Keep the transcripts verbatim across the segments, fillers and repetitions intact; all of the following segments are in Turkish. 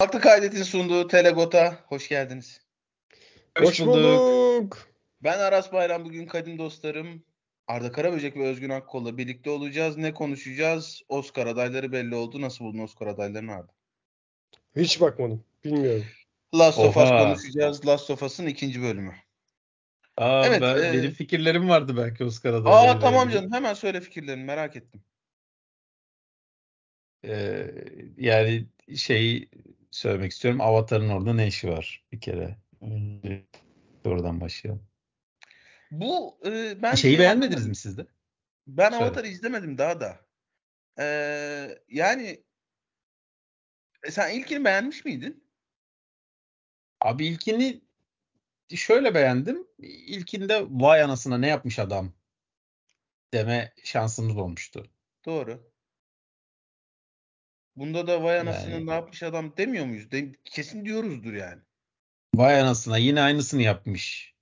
Altı Kaydet'in sunduğu Telegot'a hoş geldiniz. Hoş, Hoş bulduk. bulduk. Ben Aras Bayram, bugün kadim dostlarım Arda Karaböcek ve Özgün Akkol'la birlikte olacağız. Ne konuşacağız? Oscar adayları belli oldu. Nasıl buldun Oscar adaylarını Arda? Hiç bakmadım. Bilmiyorum. Last of Us Oha. konuşacağız. Last of Us'ın ikinci bölümü. Aa, Evet. ben, benim E, fikirlerim vardı belki Oscar aa adaylarıyla tamam ilgili. canım, hemen söyle fikirlerini, merak ettim. Ee, yani şeyi söylemek istiyorum. Avatar'ın orada ne işi var bir kere? Önce oradan başlayalım. Bu e, ben Şeyi şeyi beğenmediniz mi anlamadım. siz de? Ben Söyle. Avatar'ı izlemedim daha da. E, yani e, sen ilkini beğenmiş miydin? Abi ilkini şöyle beğendim. İlkinde vay anasına ne yapmış adam deme şansımız olmuştu. Doğru. Bunda da vay anasını Yani ne yapmış adam demiyor muyuz? De- kesin diyoruzdur yani. vay anasına yine aynısını yapmış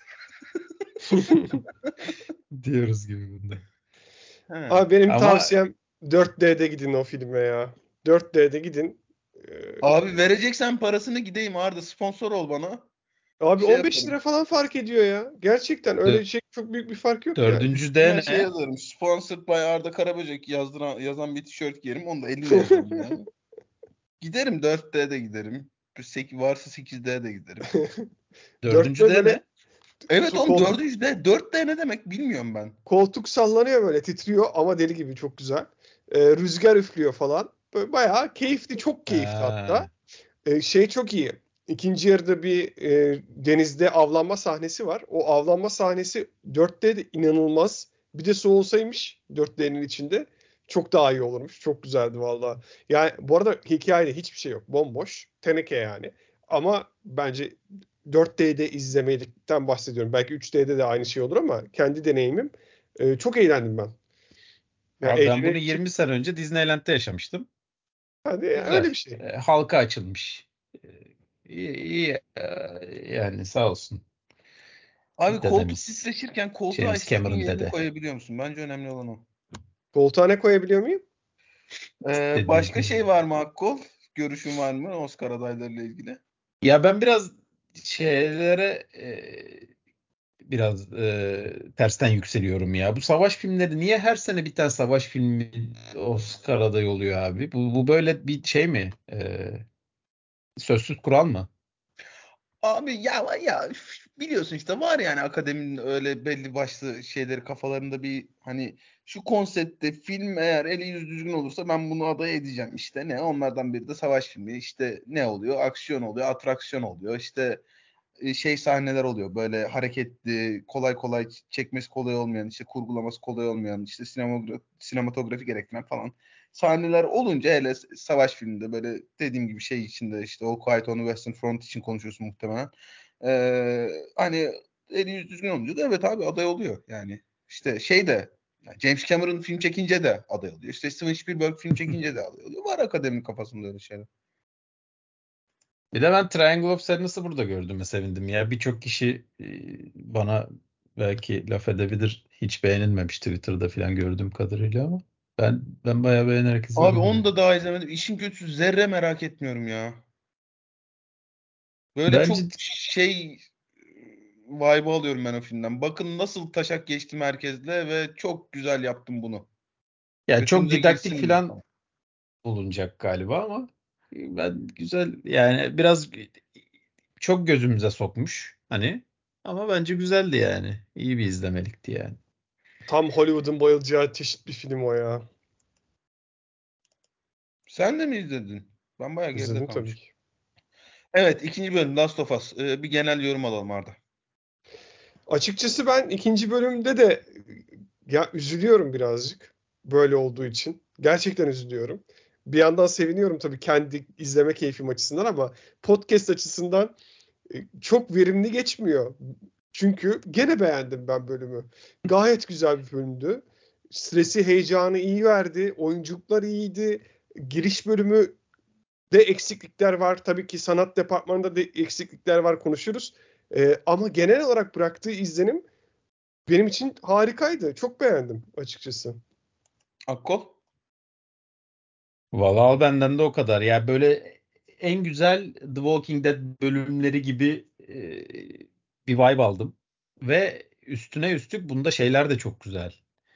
diyoruz gibi bunda. He. Abi benim Ama tavsiyem dört D'de gidin o filme ya. dört D'de gidin. Ee, Abi vereceksen parasını gideyim Arda, sponsor ol bana. abi Şey on beş yaparım. lira falan fark ediyor ya. Gerçekten öyle dö- şey, çok büyük bir fark yok yani. dördüncü D Üstüne şey ne? yazarım. Sponsored by Arda Karaböcek yazdıran, yazan bir tişört giyerim. Onu da elimle yazarım ya. Giderim dört D'de giderim. sekiz, varsa sekiz D'de giderim. Dördüncü dört D D böyle ne? Evet su oğlum, koltuk dördüncü D. dört D ne demek bilmiyorum ben. koltuk sallanıyor, böyle titriyor ama deli gibi çok güzel. Ee, rüzgar üflüyor falan. Böyle bayağı keyifli, çok keyifli hatta. Ha, Ee, şey çok iyi. İkinci yarıda bir e, denizde avlanma sahnesi var. O avlanma sahnesi dört D de inanılmaz. Bir de soğusaymış dört D'nin içinde çok daha iyi olurmuş. Çok güzeldi valla. Yani bu arada hikayede hiçbir şey yok. Bomboş. Teneke yani. Ama bence dört D'de izlemekten bahsediyorum. Belki üç D'de de aynı şey olur ama kendi deneyimim. E, çok eğlendim ben. Yani abi ben bunu eğlenecek. yirmi sene önce Disneyland'de yaşamıştım. Hani Güzel. öyle bir şey. E, halka açılmış. E, iyi, iyi. E, yani sağ olsun Abi koltuk dedemiz. titreşirken koltuğa James istediğin Cameron yerini dede. koyabiliyor musun? Bence önemli olan o. Koltuğa ne koyabiliyor muyum? Ee, başka Dediğin. şey var mı Akkol? Görüşün var mı Oscar adaylarıyla ilgili? Ya ben biraz şeylere e, biraz e, tersten yükseliyorum ya. Bu savaş filmleri niye her sene bir tane savaş filmi Oscar adayı oluyor abi? Bu, bu böyle bir şey mi? E, sözsüz kural mı? Abi ya ya üf, biliyorsun işte, var yani akademinin öyle belli başlı şeyleri kafalarında, bir hani şu konseptte film eğer eli yüz düzgün olursa ben bunu aday edeceğim, işte ne onlardan biri de savaş filmi, işte ne oluyor, aksiyon oluyor, atraksiyon oluyor, işte e, şey sahneler oluyor böyle hareketli, kolay kolay ç- çekmesi kolay olmayan, işte kurgulaması kolay olmayan, işte sinemogra- sinematografi gerektiren falan sahneler olunca, hele s- savaş filminde böyle dediğim gibi şey içinde, işte o Quiet on the Western Front için konuşuyorsun muhtemelen. Ee, hani eli yüz düzgün olunca da evet abi, aday oluyor yani. İşte şey de, yani James Cameron film çekince de aday oluyor. İşte Steven Spielberg film çekince de aday oluyor. Var akademinin kafasında öyle şeyler. Bir de ben Triangle of Sadness'ı burada gördüğüme sevindim ya. Birçok kişi e, bana belki laf edebilir. Hiç beğenilmemiş Twitter'da falan gördüğüm kadarıyla ama ben ben bayağı beğenerek Abi izledim onu yani. da daha izlemedim. İşin kötüsü, zerre merak etmiyorum ya. Böyle çok Bence şey vibe alıyorum ben o filmden. Bakın nasıl taşak geçtim herkesle ve çok güzel yaptım bunu. ya çok Götünüze didaktik girsin mi? falan bulunacak galiba ama ben güzel yani biraz çok gözümüze sokmuş hani ama bence güzeldi yani. İyi bir izlemelikti yani. Tam Hollywood'un bayılacağı çeşit bir film o ya. Sen de mi izledin? Ben bayağı geride İzledim tabii kalmışım. ki. Evet, ikinci bölüm Last of Us. Ee, bir genel yorum alalım Arda. Açıkçası ben ikinci bölümde de ya üzülüyorum birazcık böyle olduğu için. Gerçekten üzülüyorum. Bir yandan seviniyorum tabii kendi izleme keyfim açısından ama podcast açısından e, çok verimli geçmiyor. Çünkü gene beğendim ben bölümü. Gayet güzel bir bölümdü. Stresi, heyecanı iyi verdi. Oyunculuklar iyiydi. Giriş bölümü de eksiklikler var. Tabii ki sanat departmanında da eksiklikler var, konuşuruz. Ee, ama genel olarak bıraktığı izlenim benim için harikaydı. Çok beğendim açıkçası. Akkol? Valla al benden de o kadar. Ya böyle en güzel The Walking Dead bölümleri gibi e, bir vibe aldım. Ve üstüne üstlük bunda şeyler de çok güzel.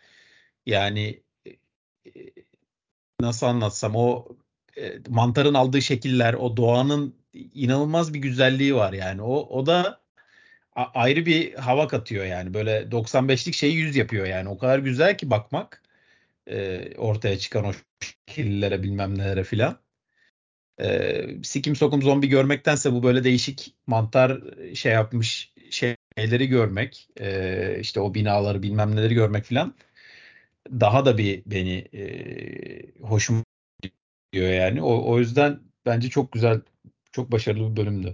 Yani e, nasıl anlatsam, o e, mantarın aldığı şekiller, o doğanın inanılmaz bir güzelliği var yani. O o da a- ayrı bir hava katıyor yani. Böyle doksan beşlik şeyi yüz yapıyor yani. O kadar güzel ki bakmak, e, ortaya çıkan o şekillere, bilmem nelere filan. E, sikim sokum zombi görmektense bu böyle değişik mantar şey yapmış şeyleri görmek, e, işte o binaları bilmem neleri görmek filan daha da bir beni e, hoşuma gidiyor yani. O, o yüzden bence çok güzel, çok başarılı bir bölümdü.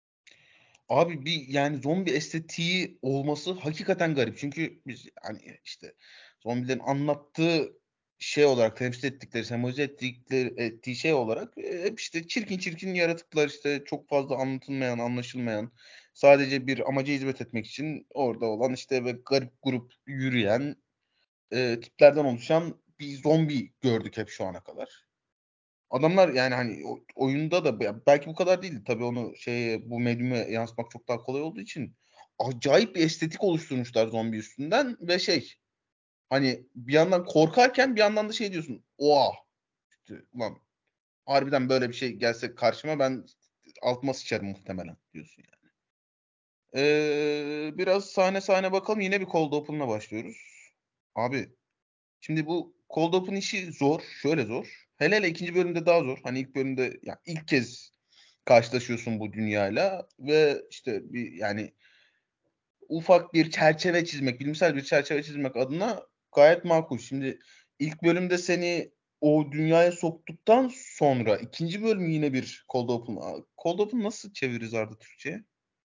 Abi bir yani zombi estetiği olması hakikaten garip. Çünkü biz hani işte zombilerin anlattığı şey olarak temsil ettikleri, sembolize ettikleri, ettiği şey olarak e, hep işte çirkin çirkin yaratıklar, işte çok fazla anlatılmayan, anlaşılmayan, sadece bir amaca hizmet etmek için orada olan işte ve garip grup yürüyen e, tiplerden oluşan bir zombi gördük hep şu ana kadar. Adamlar yani hani o- oyunda da ya belki bu kadar değildi. Tabii onu şeye bu medyuma yansıtmak çok daha kolay olduğu için acayip bir estetik oluşturmuşlar zombi üstünden ve şey hani bir yandan korkarken bir yandan da şey diyorsun. Oha işte, ulan harbiden böyle bir şey gelse karşıma ben altıma sıçarım muhtemelen diyorsun yani. Ee, biraz sahne sahne bakalım. Yine bir cold open'la başlıyoruz. Abi şimdi bu cold open işi zor. Şöyle zor. Hele hele ikinci bölümde daha zor. Hani ilk bölümde ya ilk kez karşılaşıyorsun bu dünyayla ve işte bir yani ufak bir çerçeve çizmek, bilimsel bir çerçeve çizmek adına gayet makul. Şimdi ilk bölümde seni o dünyaya soktuktan sonra ikinci bölüm yine bir cold open. Cold open nasıl çeviririz Arda Türkçe'ye?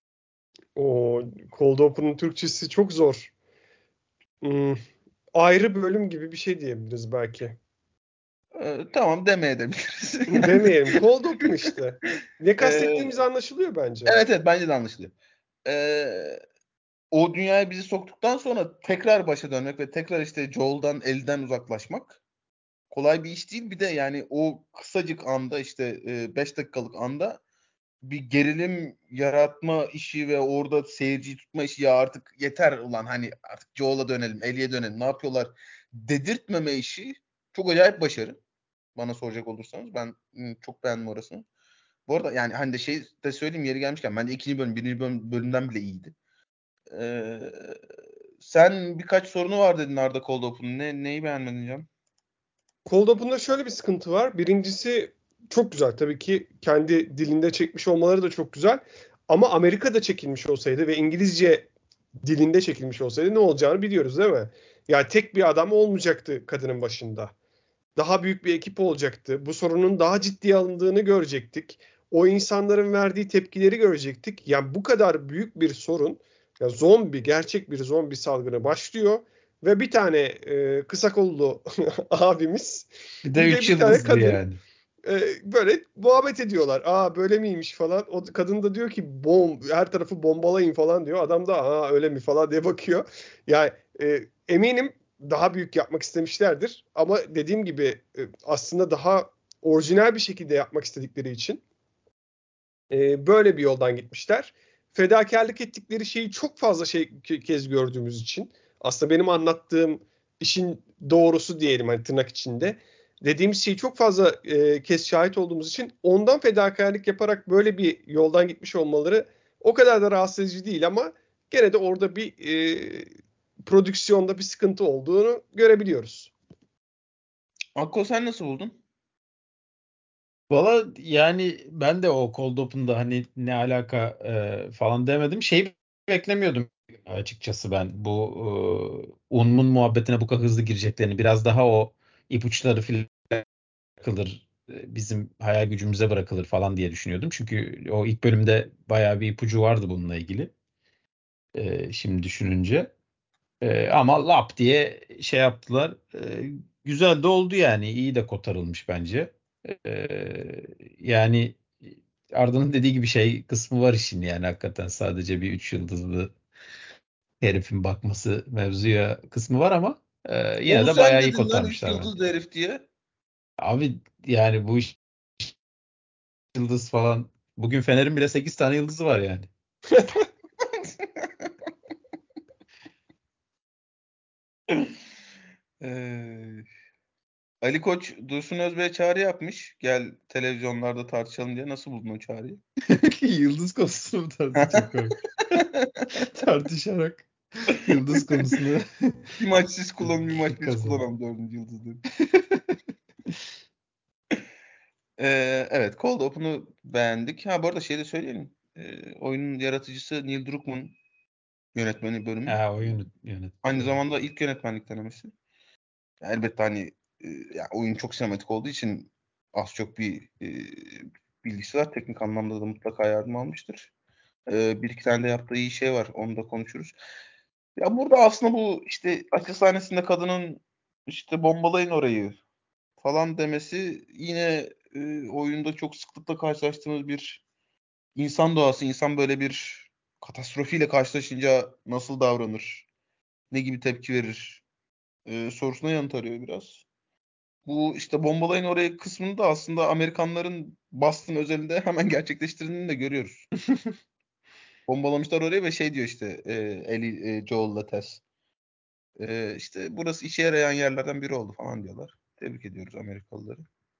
O Cold Open'ın Türkçesi çok zor. Hmm, ayrı bölüm gibi bir şey diyebiliriz belki. Ee, tamam demeye de biliriz. Demeyelim. Cold Open işte. Ne Ee, kastettiğimiz anlaşılıyor bence. evet evet bence de anlaşılıyor. Ee, o dünyaya bizi soktuktan sonra tekrar başa dönmek ve tekrar işte Joel'dan elden uzaklaşmak kolay bir iş değil. Bir de yani o kısacık anda işte beş dakikalık anda bir gerilim yaratma işi ve orada seyirciyi tutma işi, ya artık yeter ulan hani artık Joel'a dönelim, Ellie'ye dönelim, ne yapıyorlar dedirtmeme işi çok acayip başarı. Bana soracak olursanız ben ım, çok beğendim orasını. Bu arada yani hani de şey de söyleyeyim yeri gelmişken bence ikinci bölüm birinci bölüm, bölümden bile iyiydi. Ee, sen birkaç sorunu var dedin Arda Cold Open'ın. Ne, neyi beğenmedin Can? Cold Open'da şöyle bir sıkıntı var. Birincisi çok güzel. Tabii ki kendi dilinde çekmiş olmaları da çok güzel. Ama Amerika'da çekilmiş olsaydı ve İngilizce dilinde çekilmiş olsaydı ne olacağını biliyoruz değil mi? Yani tek bir adam olmayacaktı kadının başında. Daha büyük bir ekip olacaktı. Bu sorunun daha ciddiye alındığını görecektik. O insanların verdiği tepkileri görecektik. Yani bu kadar büyük bir sorun, ya zombi, gerçek bir zombi salgını başlıyor ve bir tane e, kısa kollu abimiz, Bir de bir de üç bir tane yıldızlı kadın yani. e, böyle muhabbet ediyorlar. Aa böyle miymiş falan. O kadın da diyor ki bom, her tarafı bombalayın falan diyor. Adam da aa öyle mi falan diye bakıyor. Yani e, eminim daha büyük yapmak istemişlerdir. Ama dediğim gibi e, aslında daha orijinal bir şekilde yapmak istedikleri için e, böyle bir yoldan gitmişler. Fedakarlık ettikleri şeyi çok fazla şey ke- kez gördüğümüz için aslında benim anlattığım işin doğrusu diyelim hani tırnak içinde dediğimiz şeyi çok fazla e, kez şahit olduğumuz için ondan fedakarlık yaparak böyle bir yoldan gitmiş olmaları o kadar da rahatsız edici değil ama gene de orada bir e, prodüksiyonda bir sıkıntı olduğunu görebiliyoruz. Akko sen nasıl buldun? Valla yani ben de o Cold Open'da hani ne alaka e, falan demedim. Şeyi beklemiyordum açıkçası ben. Bu e, Unmun muhabbetine bu kadar hızlı gireceklerini. Biraz daha o ipuçları filan bırakılır. e, Bizim hayal gücümüze bırakılır falan diye düşünüyordum. Çünkü o ilk bölümde bayağı bir ipucu vardı bununla ilgili. E, şimdi düşününce. E, ama lap diye şey yaptılar. E, güzel de oldu yani. İyi de kotarılmış bence. E, yani Arda'nın dediği gibi şey kısmı var işin yani hakikaten sadece bir üç yıldızlı herifin bakması mevzuya kısmı var ama e, yine Onu de sen bayağı iyi dedin lan üç kotarmışlar bence. yıldızlı herif diye. Abi yani bu iş yıldız falan. Bugün Fener'in bile sekiz tane yıldızı var yani. Ee, Ali Koç Dursun Özbek'e çağrı yapmış. Gel televizyonlarda tartışalım diye. Nasıl buldun o çağrıyı? Yıldız konusunu mu tartışacak çok tartışarak yıldız konusunu Bir maç siz kullanın, bir maç biz kazan. kullanalım dördüncü yıldızı. Ee, evet, Cold Open'u beğendik. Ha bu arada şey de söyleyelim. Ee, oyunun yaratıcısı Neil Druckmann, yönetmeni bölümü. Ha, oyun yönet. Aynı zamanda ilk yönetmenlik denemesi. Elbette hani e, ya oyun çok sinematik olduğu için az çok bir e, bilgisi var. Teknik anlamda da mutlaka yardım almıştır. E, bir iki tane de yaptığı iyi şey var. Onu da konuşuruz. Ya burada aslında bu işte açı sahnesinde kadının işte bombalayın orayı falan demesi yine e, oyunda çok sıklıkla karşılaştığımız bir insan doğası. İnsan böyle bir katastrofiyle karşılaşınca nasıl davranır? Ne gibi tepki verir? E, sorusuna yanıt arıyor biraz. Bu işte bombalayın orayı kısmını da aslında Amerikanların Boston özelinde hemen gerçekleştirdiğini de görüyoruz. Bombalamışlar orayı ve şey diyor işte e, Ellie, e, Joel'la Tess. E, işte burası işe yarayan yerlerden biri oldu falan diyorlar. Tebrik ediyoruz Amerikalıları.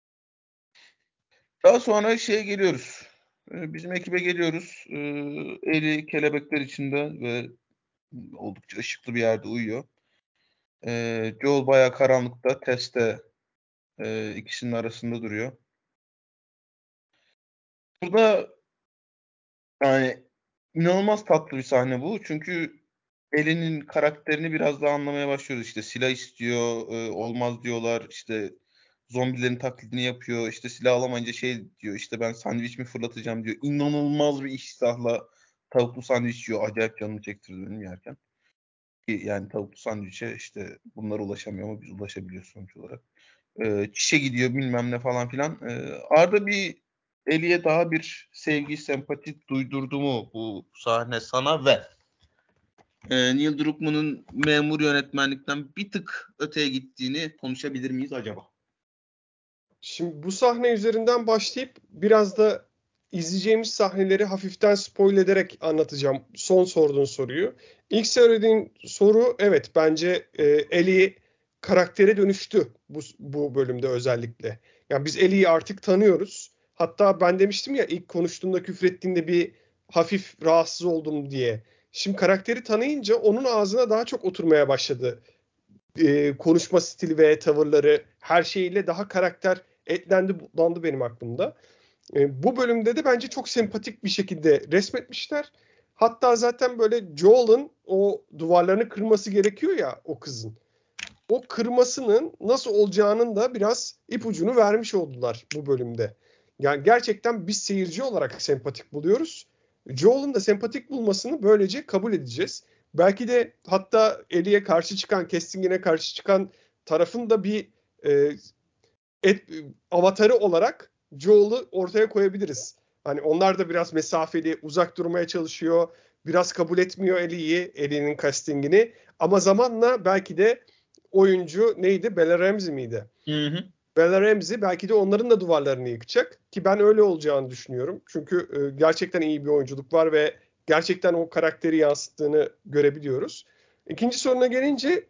Daha sonra şeye geliyoruz. E, bizim ekibe geliyoruz. E, Ellie kelebekler içinde ve oldukça ışıklı bir yerde uyuyor. E, Joel bayağı karanlıkta. Tess de e, ikisinin arasında duruyor. Burada yani inanılmaz tatlı bir sahne bu. Çünkü Ellie'nin karakterini biraz daha anlamaya başlıyoruz. İşte silah istiyor, e, olmaz diyorlar. İşte zombilerin taklidini yapıyor. İşte silah alamayınca şey diyor. İşte ben sandviç mi fırlatacağım diyor. İnanılmaz bir iştahla tavuklu sandviç yiyor. Acayip canımı çektirdi benim yerken. Ki yani tavuklu sandviçe işte bunlar ulaşamıyor ama biz ulaşabiliyoruz sonuç olarak. E, çişe gidiyor bilmem ne falan filan. E, Arda bir Ellie'ye daha bir sevgi, sempati duydurdu mu bu sahne sana ve e, Neil Druckmann'ın memur yönetmenlikten bir tık öteye gittiğini konuşabilir miyiz acaba? Şimdi bu sahne üzerinden başlayıp biraz da izleyeceğimiz sahneleri hafiften spoil ederek anlatacağım son sorduğun soruyu. İlk söylediğin soru evet bence e, Ellie karaktere dönüştü bu, bu bölümde özellikle. Yani biz Ellie'yi artık tanıyoruz. Hatta ben demiştim ya ilk konuştuğunda küfrettiğinde bir hafif rahatsız oldum diye. Şimdi karakteri tanıyınca onun ağzına daha çok oturmaya başladı e, konuşma stili ve tavırları her şeyiyle daha karakter etlendi budlandı benim aklımda. E, bu bölümde de bence çok sempatik bir şekilde resmetmişler. Hatta zaten böyle Joel'ın o duvarlarını kırması gerekiyor ya o kızın. O kırmasının nasıl olacağının da biraz ipucunu vermiş oldular bu bölümde. Yani gerçekten biz seyirci olarak sempatik buluyoruz. Joel'ın da sempatik bulmasını böylece kabul edeceğiz. Belki de hatta Ellie'ye karşı çıkan, Kestinger'e karşı çıkan tarafın da bir e, et, avatarı olarak Joel'ı ortaya koyabiliriz. Hani onlar da biraz mesafeli, uzak durmaya çalışıyor. Biraz kabul etmiyor Ellie'yi, Ellie'nin castingini. Ama zamanla belki de oyuncu neydi? Bella Ramsey miydi? Hı hı. Bella Ramsey belki de onların da duvarlarını yıkacak. Ki ben öyle olacağını düşünüyorum. Çünkü e, gerçekten iyi bir oyunculuk var ve gerçekten o karakteri yansıttığını görebiliyoruz. İkinci soruna gelince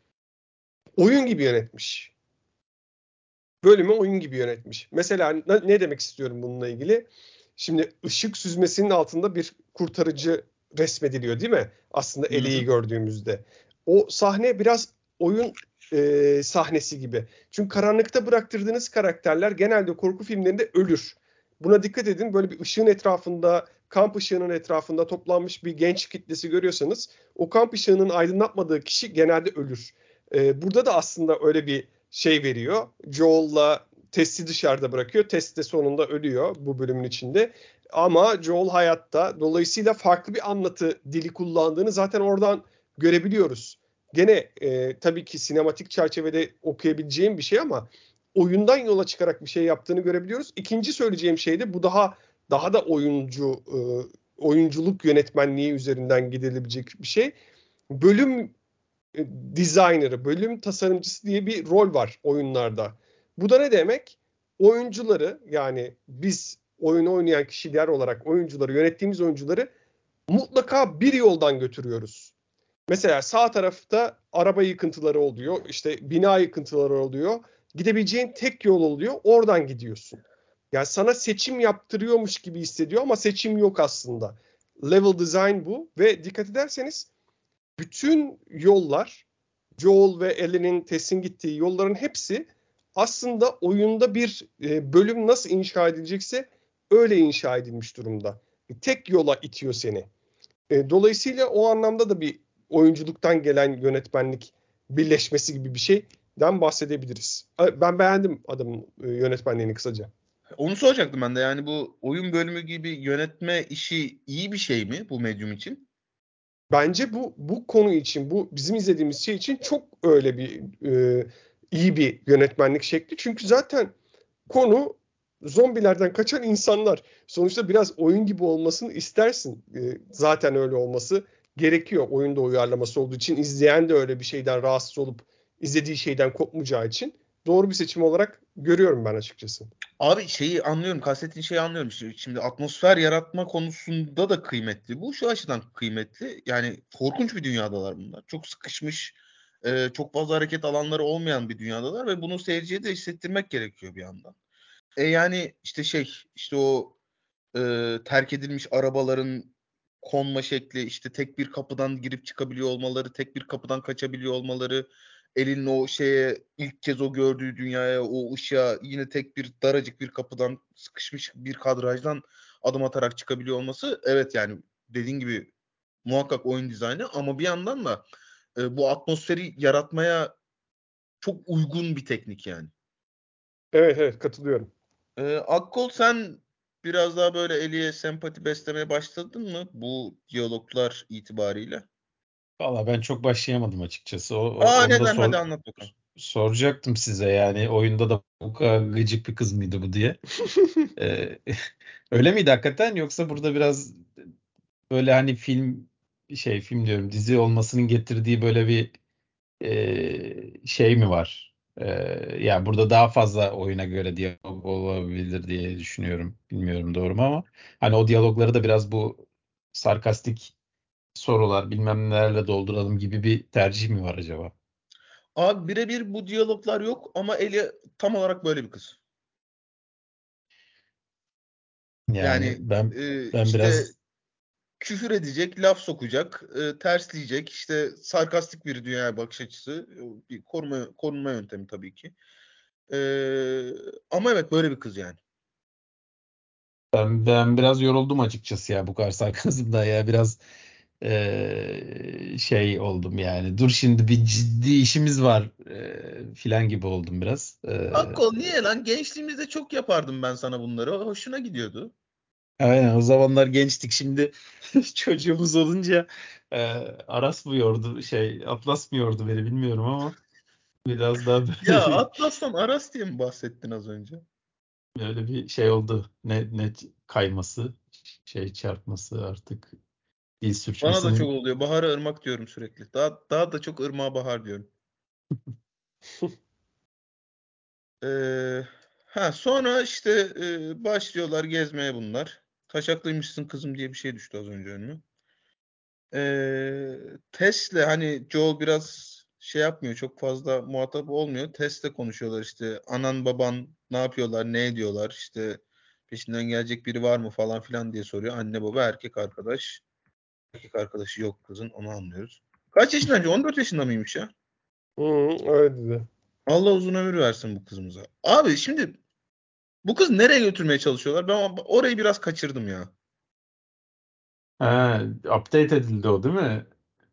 oyun gibi yönetmiş. Bölümü oyun gibi yönetmiş. Mesela ne demek istiyorum bununla ilgili? Şimdi ışık süzmesinin altında bir kurtarıcı resmediliyor değil mi? Aslında Hı Ellie'yi hı. gördüğümüzde. O sahne biraz oyun e, sahnesi gibi. Çünkü karanlıkta bıraktırdığınız karakterler genelde korku filmlerinde ölür. Buna dikkat edin. Böyle bir ışığın etrafında, kamp ışığının etrafında toplanmış bir genç kitlesi görüyorsanız o kamp ışığının aydınlatmadığı kişi genelde ölür. E, burada da aslında öyle bir şey veriyor. Joel'la Tess'i dışarıda bırakıyor. Tess de sonunda ölüyor bu bölümün içinde. Ama Joel hayatta. Dolayısıyla farklı bir anlatı dili kullandığını zaten oradan görebiliyoruz. Gene e, tabii ki sinematik çerçevede okuyabileceğim bir şey ama oyundan yola çıkarak bir şey yaptığını görebiliyoruz. İkinci söyleyeceğim şey de bu daha daha da oyuncu e, oyunculuk yönetmenliği üzerinden gidilebilecek bir şey. Bölüm e, designer'ı, bölüm tasarımcısı diye bir rol var oyunlarda. Bu da ne demek? Oyuncuları yani biz oyunu oynayan kişiler olarak oyuncuları, yönettiğimiz oyuncuları mutlaka bir yoldan götürüyoruz. Mesela sağ tarafta araba yıkıntıları oluyor, işte bina yıkıntıları oluyor. Gidebileceğin tek yol oluyor, oradan gidiyorsun. Yani sana seçim yaptırıyormuş gibi hissediyor ama seçim yok aslında. Level design bu ve dikkat ederseniz bütün yollar, Joel ve Ellie'nin Tess'in gittiği yolların hepsi aslında oyunda bir e, bölüm nasıl inşa edilecekse öyle inşa edilmiş durumda. Tek yola itiyor seni. E, dolayısıyla o anlamda da bir oyunculuktan gelen yönetmenlik birleşmesi gibi bir şeyden bahsedebiliriz. Ben beğendim adamın e, yönetmenliğini kısaca. Onu soracaktım ben de, yani bu oyun bölümü gibi yönetme işi iyi bir şey mi bu medyum için? Bence bu bu konu için, bu bizim izlediğimiz şey için çok öyle bir e, iyi bir yönetmenlik şekli. Çünkü zaten konu zombilerden kaçan insanlar. Sonuçta biraz oyun gibi olmasını istersin. E, zaten öyle olması gerekiyor. Oyunda uyarlaması olduğu için, izleyen de öyle bir şeyden rahatsız olup izlediği şeyden kopmayacağı için doğru bir seçim olarak görüyorum ben açıkçası. Abi şeyi anlıyorum, kastettiğin şeyi anlıyorum. Şimdi şimdi atmosfer yaratma konusunda da kıymetli. Bu şu açıdan kıymetli. Yani korkunç bir dünyadalar bunlar. Çok sıkışmış, e, çok fazla hareket alanları olmayan bir dünyadalar ve bunu seyirciye de hissettirmek gerekiyor bir yandan. E yani işte şey, işte o e, terk edilmiş arabaların konma şekli, işte tek bir kapıdan girip çıkabiliyor olmaları, tek bir kapıdan kaçabiliyor olmaları, elinin o şeye, ilk kez o gördüğü dünyaya, o ışığa yine tek bir daracık bir kapıdan, sıkışmış bir kadrajdan adım atarak çıkabiliyor olması, evet yani dediğin gibi muhakkak oyun dizaynı, ama bir yandan da e, bu atmosferi yaratmaya çok uygun bir teknik yani. Evet evet katılıyorum. Ee, Akkol, sen biraz daha böyle Ellie'ye sempati beslemeye başladın mı bu diyaloglar itibariyle? Valla ben çok başlayamadım açıkçası. O, o- Aa, onu da neden? Hadi sor, anlat bakalım. soracaktım size, yani oyunda da bu kadar gıcık bir kız mıydı bu diye. Ee, öyle miydi hakikaten, yoksa burada biraz böyle hani film şey film diyorum, dizi olmasının getirdiği böyle bir e, şey mi var? Ee, yani burada daha fazla oyuna göre diyalog olabilir diye düşünüyorum. Bilmiyorum doğru mu, ama hani o diyalogları da biraz bu sarkastik sorular bilmem nelerle dolduralım gibi bir tercih mi var acaba? Abi birebir bu diyaloglar yok ama Ellie tam olarak böyle bir kız. Yani Yani ben e, ben işte biraz küfür edecek, laf sokacak, e, tersleyecek, işte sarkastik bir dünya bakış açısı, e, bir koruma korunma yöntemi tabii ki. E, ama evet böyle bir kız yani. ben ben biraz yoruldum açıkçası ya bu kadar sarkazmda, ya biraz eee, şey oldum yani. Dur şimdi bir ciddi işimiz var eee, filan gibi oldum biraz. Eee, Akkol, niye lan? Gençliğimizde çok yapardım ben sana bunları. Hoşuna gidiyordu. aynen, o zamanlar gençtik, şimdi çocuğumuz olunca eee, Aras mı yordu şey Atlas mı yordu beni bilmiyorum, ama biraz daha Ya böyle bir Atlas'tan Aras diye mi bahsettin az önce? böyle bir şey oldu. Net net kayması, şey çarpması, artık dil Bana da çok sürçmesinin. oluyor. Bahar'a ırmak diyorum sürekli. Daha daha da çok ırmağa bahar diyorum. Ee, ha sonra işte e, başlıyorlar gezmeye bunlar. Taşaklıymışsın kızım diye bir şey düştü az önce önüme. Ee, Tess'le hani Joel biraz şey yapmıyor. Çok fazla muhatap olmuyor. Tess'le konuşuyorlar işte. Anan baban ne yapıyorlar, ne ediyorlar, işte peşinden gelecek biri var mı falan filan diye soruyor. Anne baba erkek arkadaş. Erkek arkadaşı yok kızın, onu anlıyoruz. Kaç yaşında önce? on dört yaşında mıymış ya? Hı, öyle dedi. Allah uzun ömür versin bu kızımıza. Abi şimdi bu kız nereye götürmeye çalışıyorlar? Ben orayı biraz kaçırdım ya. Ha, update edildi o değil mi?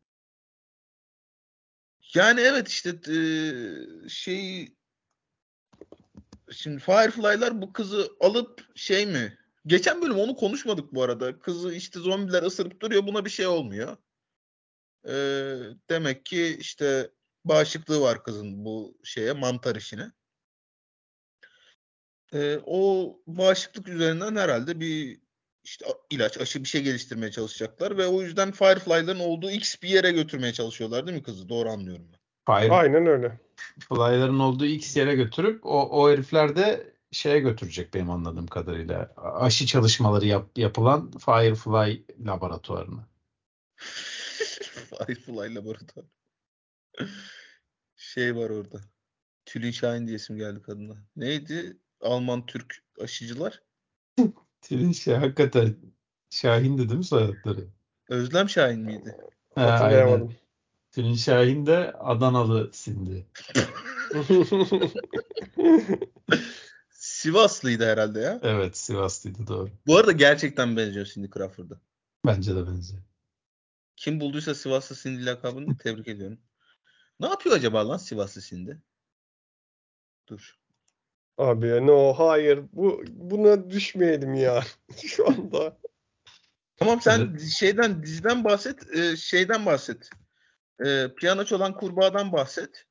Yani evet işte e, şey, şimdi Firefly'lar bu kızı alıp şey mi? Geçen bölüm onu konuşmadık bu arada. Kızı işte zombiler ısırıp duruyor, buna bir şey olmuyor. E, demek ki işte bağışıklığı var kızın bu şeye, mantar işine. E, o bağışıklık üzerinden herhalde bir işte ilaç, aşı bir şey geliştirmeye çalışacaklar ve o yüzden Firefly'ların olduğu X bir yere götürmeye çalışıyorlar değil mi kızı? Doğru anlıyorum ben. Firefly'ların Aynen öyle. olduğu X yere götürüp o, o herifler de şeye götürecek benim anladığım kadarıyla. Aşı çalışmaları yap, yapılan Firefly laboratuvarına. Firefly laboratuvar. Şey var orada. Tülin Şahin diye isim geldi kadına. Neydi? Alman Türk aşıcılar. Tülin şey hakikaten Şahin'di değil mi soyadları? Özlem Şahin miydi? Ha, aynen. Hatırlayamadım. Tülin Şahin de Adanalı Sindi. Sivaslıydı herhalde ya. Evet, Sivaslıydı doğru. Bu arada gerçekten benziyor Cindy Crawford'a. Bence de benziyor. Kim bulduysa Sivaslı Cindy lakabını tebrik ediyorum. Ne yapıyor acaba lan Sivaslı Cindy? Dur. Abi no hayır bu buna düşmeyelim ya şu anda. Tamam sen Evet. şeyden diziden bahset, e, şeyden bahset. E, piyano çalan kurbağadan bahset.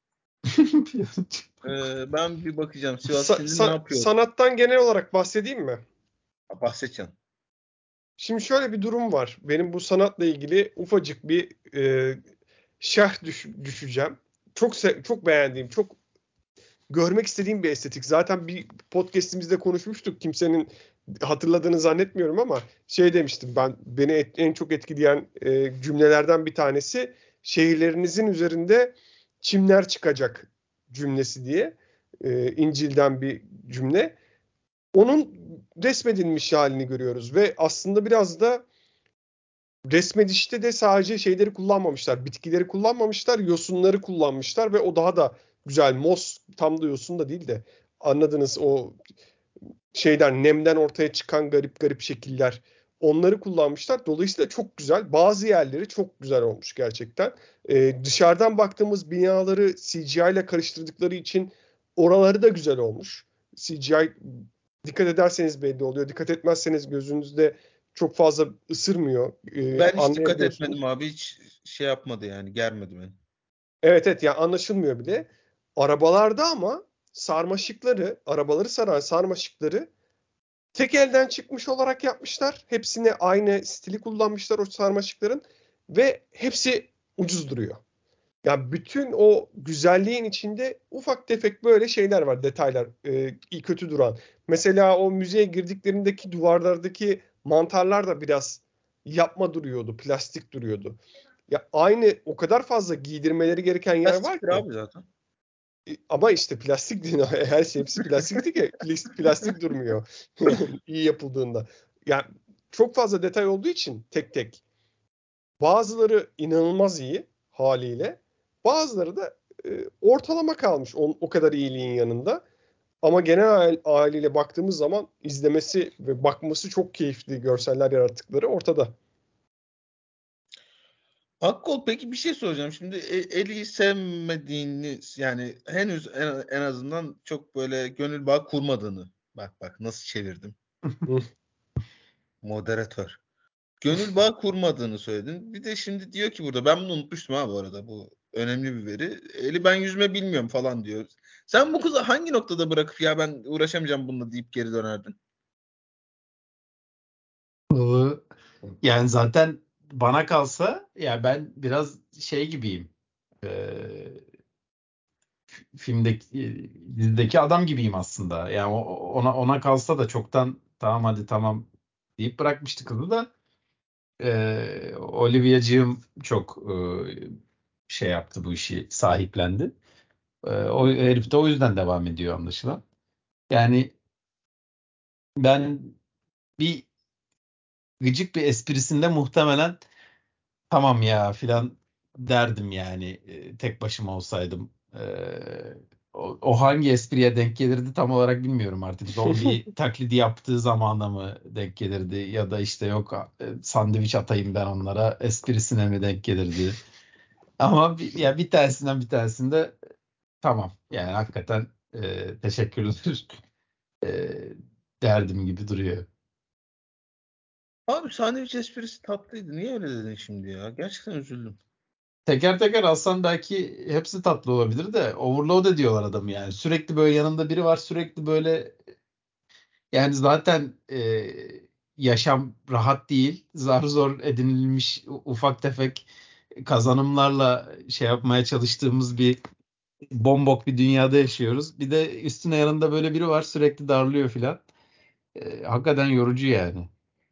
E, ben bir bakacağım Sivas Sa- Cindy ne sa- yapıyor? sanattan genel olarak bahsedeyim mi? Bahsedeceğim. Şimdi şöyle bir durum var. Benim bu sanatla ilgili ufacık bir e, şerh düş- düşeceğim. Çok se- çok beğendiğim, çok görmek istediğim bir estetik. Zaten bir podcast'imizde konuşmuştuk. Kimsenin hatırladığını zannetmiyorum ama şey demiştim ben beni et- en çok etkileyen e, cümlelerden bir tanesi şehirlerinizin üzerinde çimler çıkacak cümlesi diye e, İncil'den bir cümle. Onun resmedilmiş halini görüyoruz ve aslında biraz da resmedişte de sadece şeyleri kullanmamışlar. Bitkileri kullanmamışlar. Yosunları kullanmışlar ve o daha da güzel. Mos tam da yosun da değil de anladınız o şeyden nemden ortaya çıkan garip garip şekiller. Onları kullanmışlar. Dolayısıyla çok güzel. Bazı yerleri çok güzel olmuş gerçekten. Ee, dışarıdan baktığımız binaları C G I ile karıştırdıkları için oraları da güzel olmuş. C G I dikkat ederseniz belli oluyor. Dikkat etmezseniz gözünüzde çok fazla ısırmıyor. Ee, Ben hiç dikkat anlayabiliyorsunuz. etmedim abi. Hiç şey yapmadı yani. Germedi beni. Evet evet yani anlaşılmıyor bile. Arabalarda ama sarmaşıkları, arabaları saran sarmaşıkları tek elden çıkmış olarak yapmışlar. Hepsine aynı stili kullanmışlar o sarmaşıkların ve hepsi ucuz duruyor. Yani bütün o güzelliğin içinde ufak tefek böyle şeyler var, detaylar, e, iyi kötü duran. Mesela o müzeye girdiklerindeki duvarlardaki mantarlar da biraz yapma duruyordu, plastik duruyordu. Ya aynı o kadar fazla giydirmeleri gereken yer var Plastiktir ki. abi zaten. E, Ama işte plastik değil. Her şey hepsi plastikti ki plas- plastik durmuyor iyi yapıldığında. Yani çok fazla detay olduğu için tek tek. Bazıları inanılmaz iyi haliyle. Bazıları da e, ortalama kalmış o, o kadar iyiliğin yanında. Ama genel hal- haliyle baktığımız zaman izlemesi ve bakması çok keyifli görseller yarattıkları ortada. Akkol peki bir şey soracağım. Şimdi E- Ellie'yi sevmediğini yani henüz en, en azından çok böyle gönül bağı kurmadığını. Bak bak nasıl çevirdim. Hı. Moderatör. Gönül bağı kurmadığını söyledin. Bir de şimdi diyor ki burada ben bunu unutmuştum ha bu arada. Bu önemli bir veri. Eli ben yüzme bilmiyorum falan diyor. Sen bu kızı hangi noktada bırakıp ya ben uğraşamayacağım bununla deyip geri dönerdin? Bu- Yani zaten bana kalsa ya ben biraz şey gibiyim. Ee, filmdeki dizideki adam gibiyim aslında. Yani o- ona ona kalsa da çoktan tamam hadi tamam deyip bırakmıştı kızı da. Ee, Olivia'cığım çok e, şey yaptı bu işi sahiplendi. Ee, o herif de o yüzden devam ediyor anlaşılan. Yani ben bir gıcık bir esprisinde muhtemelen tamam ya filan derdim yani e, tek başıma olsaydım. Ee, o, o hangi espriye denk gelirdi tam olarak bilmiyorum artık. Zombi taklidi yaptığı zamana mı denk gelirdi ya da işte yok e, sandviç atayım ben onlara esprisine mi denk gelirdi. Ama bir, ya bir tanesinden bir tanesinde tamam yani hakikaten e, teşekkürler e, derdim gibi duruyor. Abi sandviç esprisi tatlıydı. Niye öyle dedin şimdi ya? Gerçekten üzüldüm. Teker teker alsan belki hepsi tatlı olabilir de overload ediyorlar adamı yani. Sürekli böyle yanında biri var sürekli böyle yani zaten e, yaşam rahat değil. Zar zor edinilmiş u- ufak tefek kazanımlarla şey yapmaya çalıştığımız bir bombok bir dünyada yaşıyoruz. Bir de üstüne yanında böyle biri var sürekli darlıyor filan. Ee, hakikaten yorucu yani.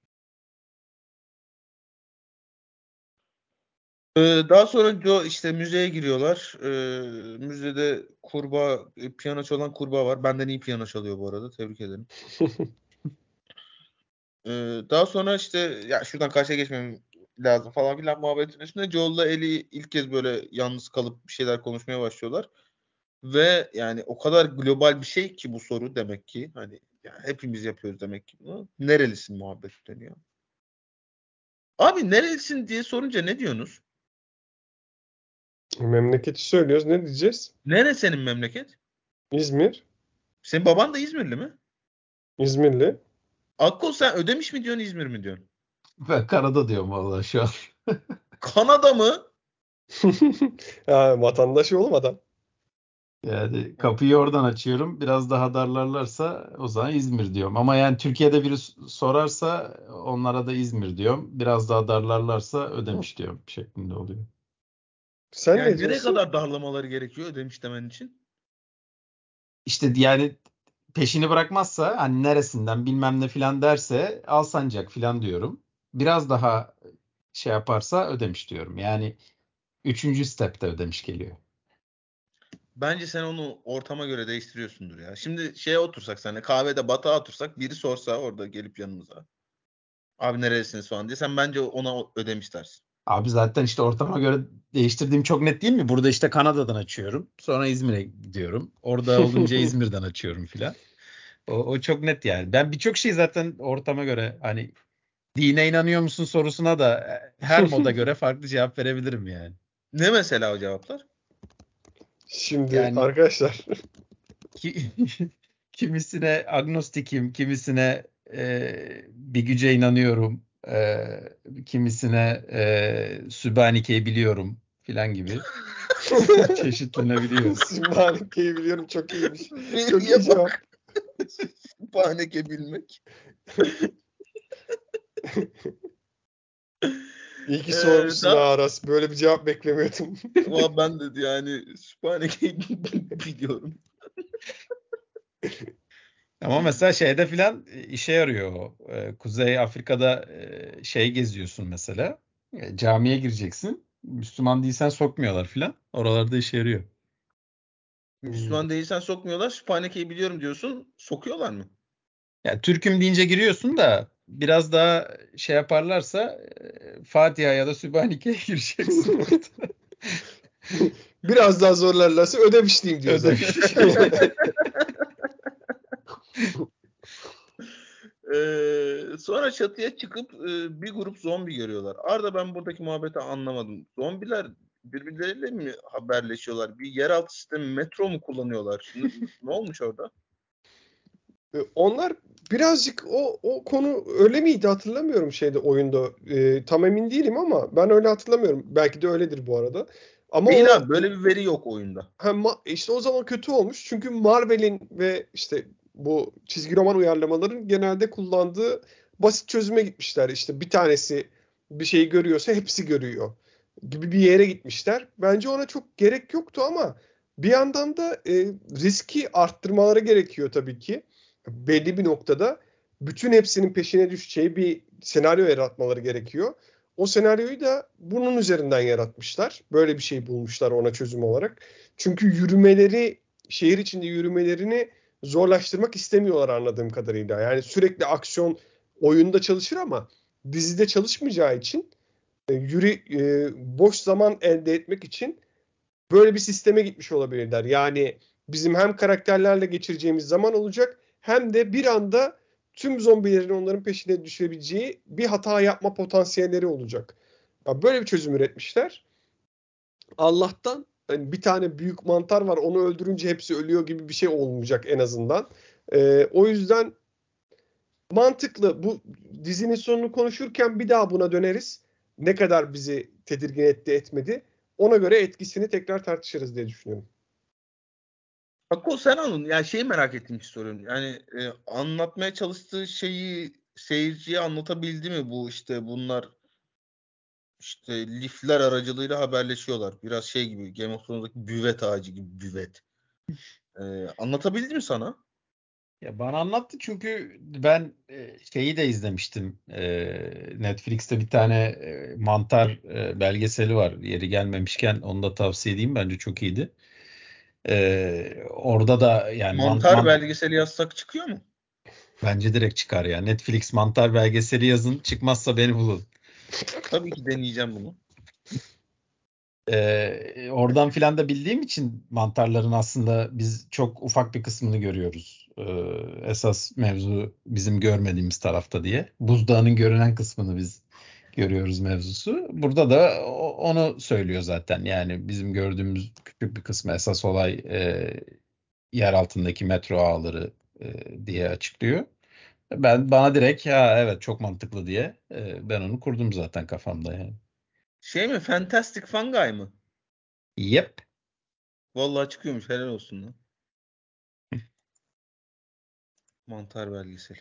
Ee, daha sonra Joe işte müzeye giriyorlar. Ee, müzede kurbağa, e, piyano çalan kurbağa var. Benden iyi piyano çalıyor bu arada. Tebrik ederim. Ee, daha sonra işte ya şuradan karşıya geçmem lazım falan filan muhabbetin üstüne Joel'la Ellie ilk kez böyle yalnız kalıp bir şeyler konuşmaya başlıyorlar. Ve yani o kadar global bir şey ki bu soru demek ki hani yani hepimiz yapıyoruz demek ki bunu. Nerelisin muhabbet dönüyor. Abi nerelisin diye sorunca ne diyorsunuz? Memleketi söylüyoruz. Ne diyeceğiz? Nere senin memleket? İzmir. Senin baban da İzmirli mi? İzmirli. Akkol sen Ödemiş mi diyorsun İzmir mi diyorsun? Ben Kanada diyorum vallahi şu an. Kanada mı? Ha, vatandaş olmadan. Yani kapıyı oradan açıyorum. Biraz daha darlarlarsa o zaman İzmir diyorum. Ama yani Türkiye'de biri s- sorarsa onlara da İzmir diyorum. Biraz daha darlarlarsa Ödemiş diyorum şeklinde oluyor. Sen ne Yani nereye diyorsun? kadar darlamaları gerekiyor Ödemiş demen için? İşte yani peşini bırakmazsa hani neresinden bilmem ne filan derse Alsancak filan diyorum. Biraz daha şey yaparsa Ödemiş diyorum. Yani üçüncü stepte Ödemiş geliyor. Bence sen onu ortama göre değiştiriyorsundur ya. Şimdi şeye otursak seninle kahvede batağa otursak biri sorsa orada gelip yanımıza. Abi nerelisiniz falan diye sen bence ona o- Ödemiş dersin. Abi zaten işte ortama göre değiştirdiğim çok net değil mi? Burada işte Kanada'dan açıyorum. Sonra İzmir'e gidiyorum. Orada olunca İzmir'den açıyorum filan. O, o çok net yani. Ben birçok şey zaten ortama göre hani dine inanıyor musun sorusuna da e, her moda göre farklı cevap verebilirim yani. Ne mesela o cevaplar? Şimdi Yani arkadaşlar ki, kimisine agnostikim, kimisine e, bir güce inanıyorum, e, kimisine e, Sübhaneke'yi biliyorum filan gibi çeşitlenebiliyor. Sübhaneke'yi biliyorum, çok iyiymiş. Çok iyi Veriye cevap. bak. Sübhaneke bilmek. İyi ki Ee, sormuşsun ha daha Aras. Böyle bir cevap beklemiyordum. Valla ben de yani Sübhaneke'yi biliyorum. Ama mesela şeyde filan e, işe yarıyor o. E, Kuzey Afrika'da e, şey geziyorsun mesela. E, camiye gireceksin. Müslüman değilsen sokmuyorlar filan. Oralarda işe yarıyor. Hmm. Müslüman değilsen sokmuyorlar. Sübhaneke'yi biliyorum diyorsun. Sokuyorlar mı? Ya Türk'üm deyince giriyorsun da biraz daha şey yaparlarsa e, Fatiha ya da Sübhaneke'ye gireceksin orada. Biraz daha zorlarlarsa ödemişliyim diyor zaten. Ödemiş. Ee, sonra çatıya çıkıp e, bir grup zombi görüyorlar. Arda ben buradaki muhabbeti anlamadım. Zombiler birbirleriyle mi haberleşiyorlar? Bir yeraltı sistemi metro mu kullanıyorlar? N- ne olmuş orada? E, Onlar birazcık o o konu öyle miydi hatırlamıyorum şeyde, oyunda. E, tam emin değilim ama ben öyle hatırlamıyorum. Belki de öyledir bu arada. Ama Değil o abi böyle bir veri yok oyunda. ha, ma- işte o zaman kötü olmuş. Çünkü Marvel'in ve işte bu çizgi roman uyarlamaların genelde kullandığı basit çözüme gitmişler. İşte bir tanesi bir şeyi görüyorsa hepsi görüyor gibi bir yere gitmişler. Bence ona çok gerek yoktu ama bir yandan da e, riski arttırmaları gerekiyor tabii ki. Belli bir noktada bütün hepsinin peşine düşeceği bir senaryo yaratmaları gerekiyor. O senaryoyu da bunun üzerinden yaratmışlar. Böyle bir şey bulmuşlar ona çözüm olarak. Çünkü yürümeleri, şehir içinde yürümelerini zorlaştırmak istemiyorlar anladığım kadarıyla. Yani sürekli aksiyon oyunda çalışır ama dizide çalışmayacağı için e, yürü e, boş zaman elde etmek için böyle bir sisteme gitmiş olabilirler. Yani bizim hem karakterlerle geçireceğimiz zaman olacak hem de bir anda tüm zombilerin onların peşine düşebileceği bir hata yapma potansiyelleri olacak. Ya böyle bir çözüm üretmişler. Allah'tan hani bir tane büyük mantar var, onu öldürünce hepsi ölüyor gibi bir şey olmayacak en azından. Ee, o yüzden mantıklı. Bu dizinin sonunu konuşurken bir daha buna döneriz. Ne kadar bizi tedirgin etti etmedi. Ona göre etkisini tekrar tartışırız diye düşünüyorum. Hakko sen anladın. Yani şeyi merak ettiğim için soruyorum. Yani e, anlatmaya çalıştığı şeyi seyirciye anlatabildi mi bu işte bunlar işte lifler aracılığıyla haberleşiyorlar. Biraz şey gibi, Game of Thrones'daki büvet ağacı gibi büvet. Ee, anlatabildi mi sana? Ya bana anlattı çünkü ben e, şeyi de izlemiştim. E, Netflix'te bir tane e, mantar e, belgeseli var. Yeri gelmemişken onu da tavsiye edeyim. Bence çok iyiydi. E, orada da yani man, Mantar man- belgeseli yazsak çıkıyor mu? bence direkt çıkar ya. Netflix mantar belgeseli yazın. Çıkmazsa beni bulun. Tabii ki deneyeceğim bunu. Ee, oradan filan da bildiğim için mantarların aslında biz çok ufak bir kısmını görüyoruz. Ee, esas mevzu bizim görmediğimiz tarafta diye. Buzdağının görünen kısmını biz görüyoruz mevzusu. Burada da o- onu söylüyor zaten. Yani bizim gördüğümüz küçük bir kısmı, esas olay e, yer altındaki metro ağları e, diye açıklıyor. Ben bana direkt ha evet çok mantıklı diye e, ben onu kurdum zaten kafamda yani. Şey mi? Fantastic Fungi mı? Yep. Vallahi çıkıyormuş. Helal olsun lan. Mantar belgeseli.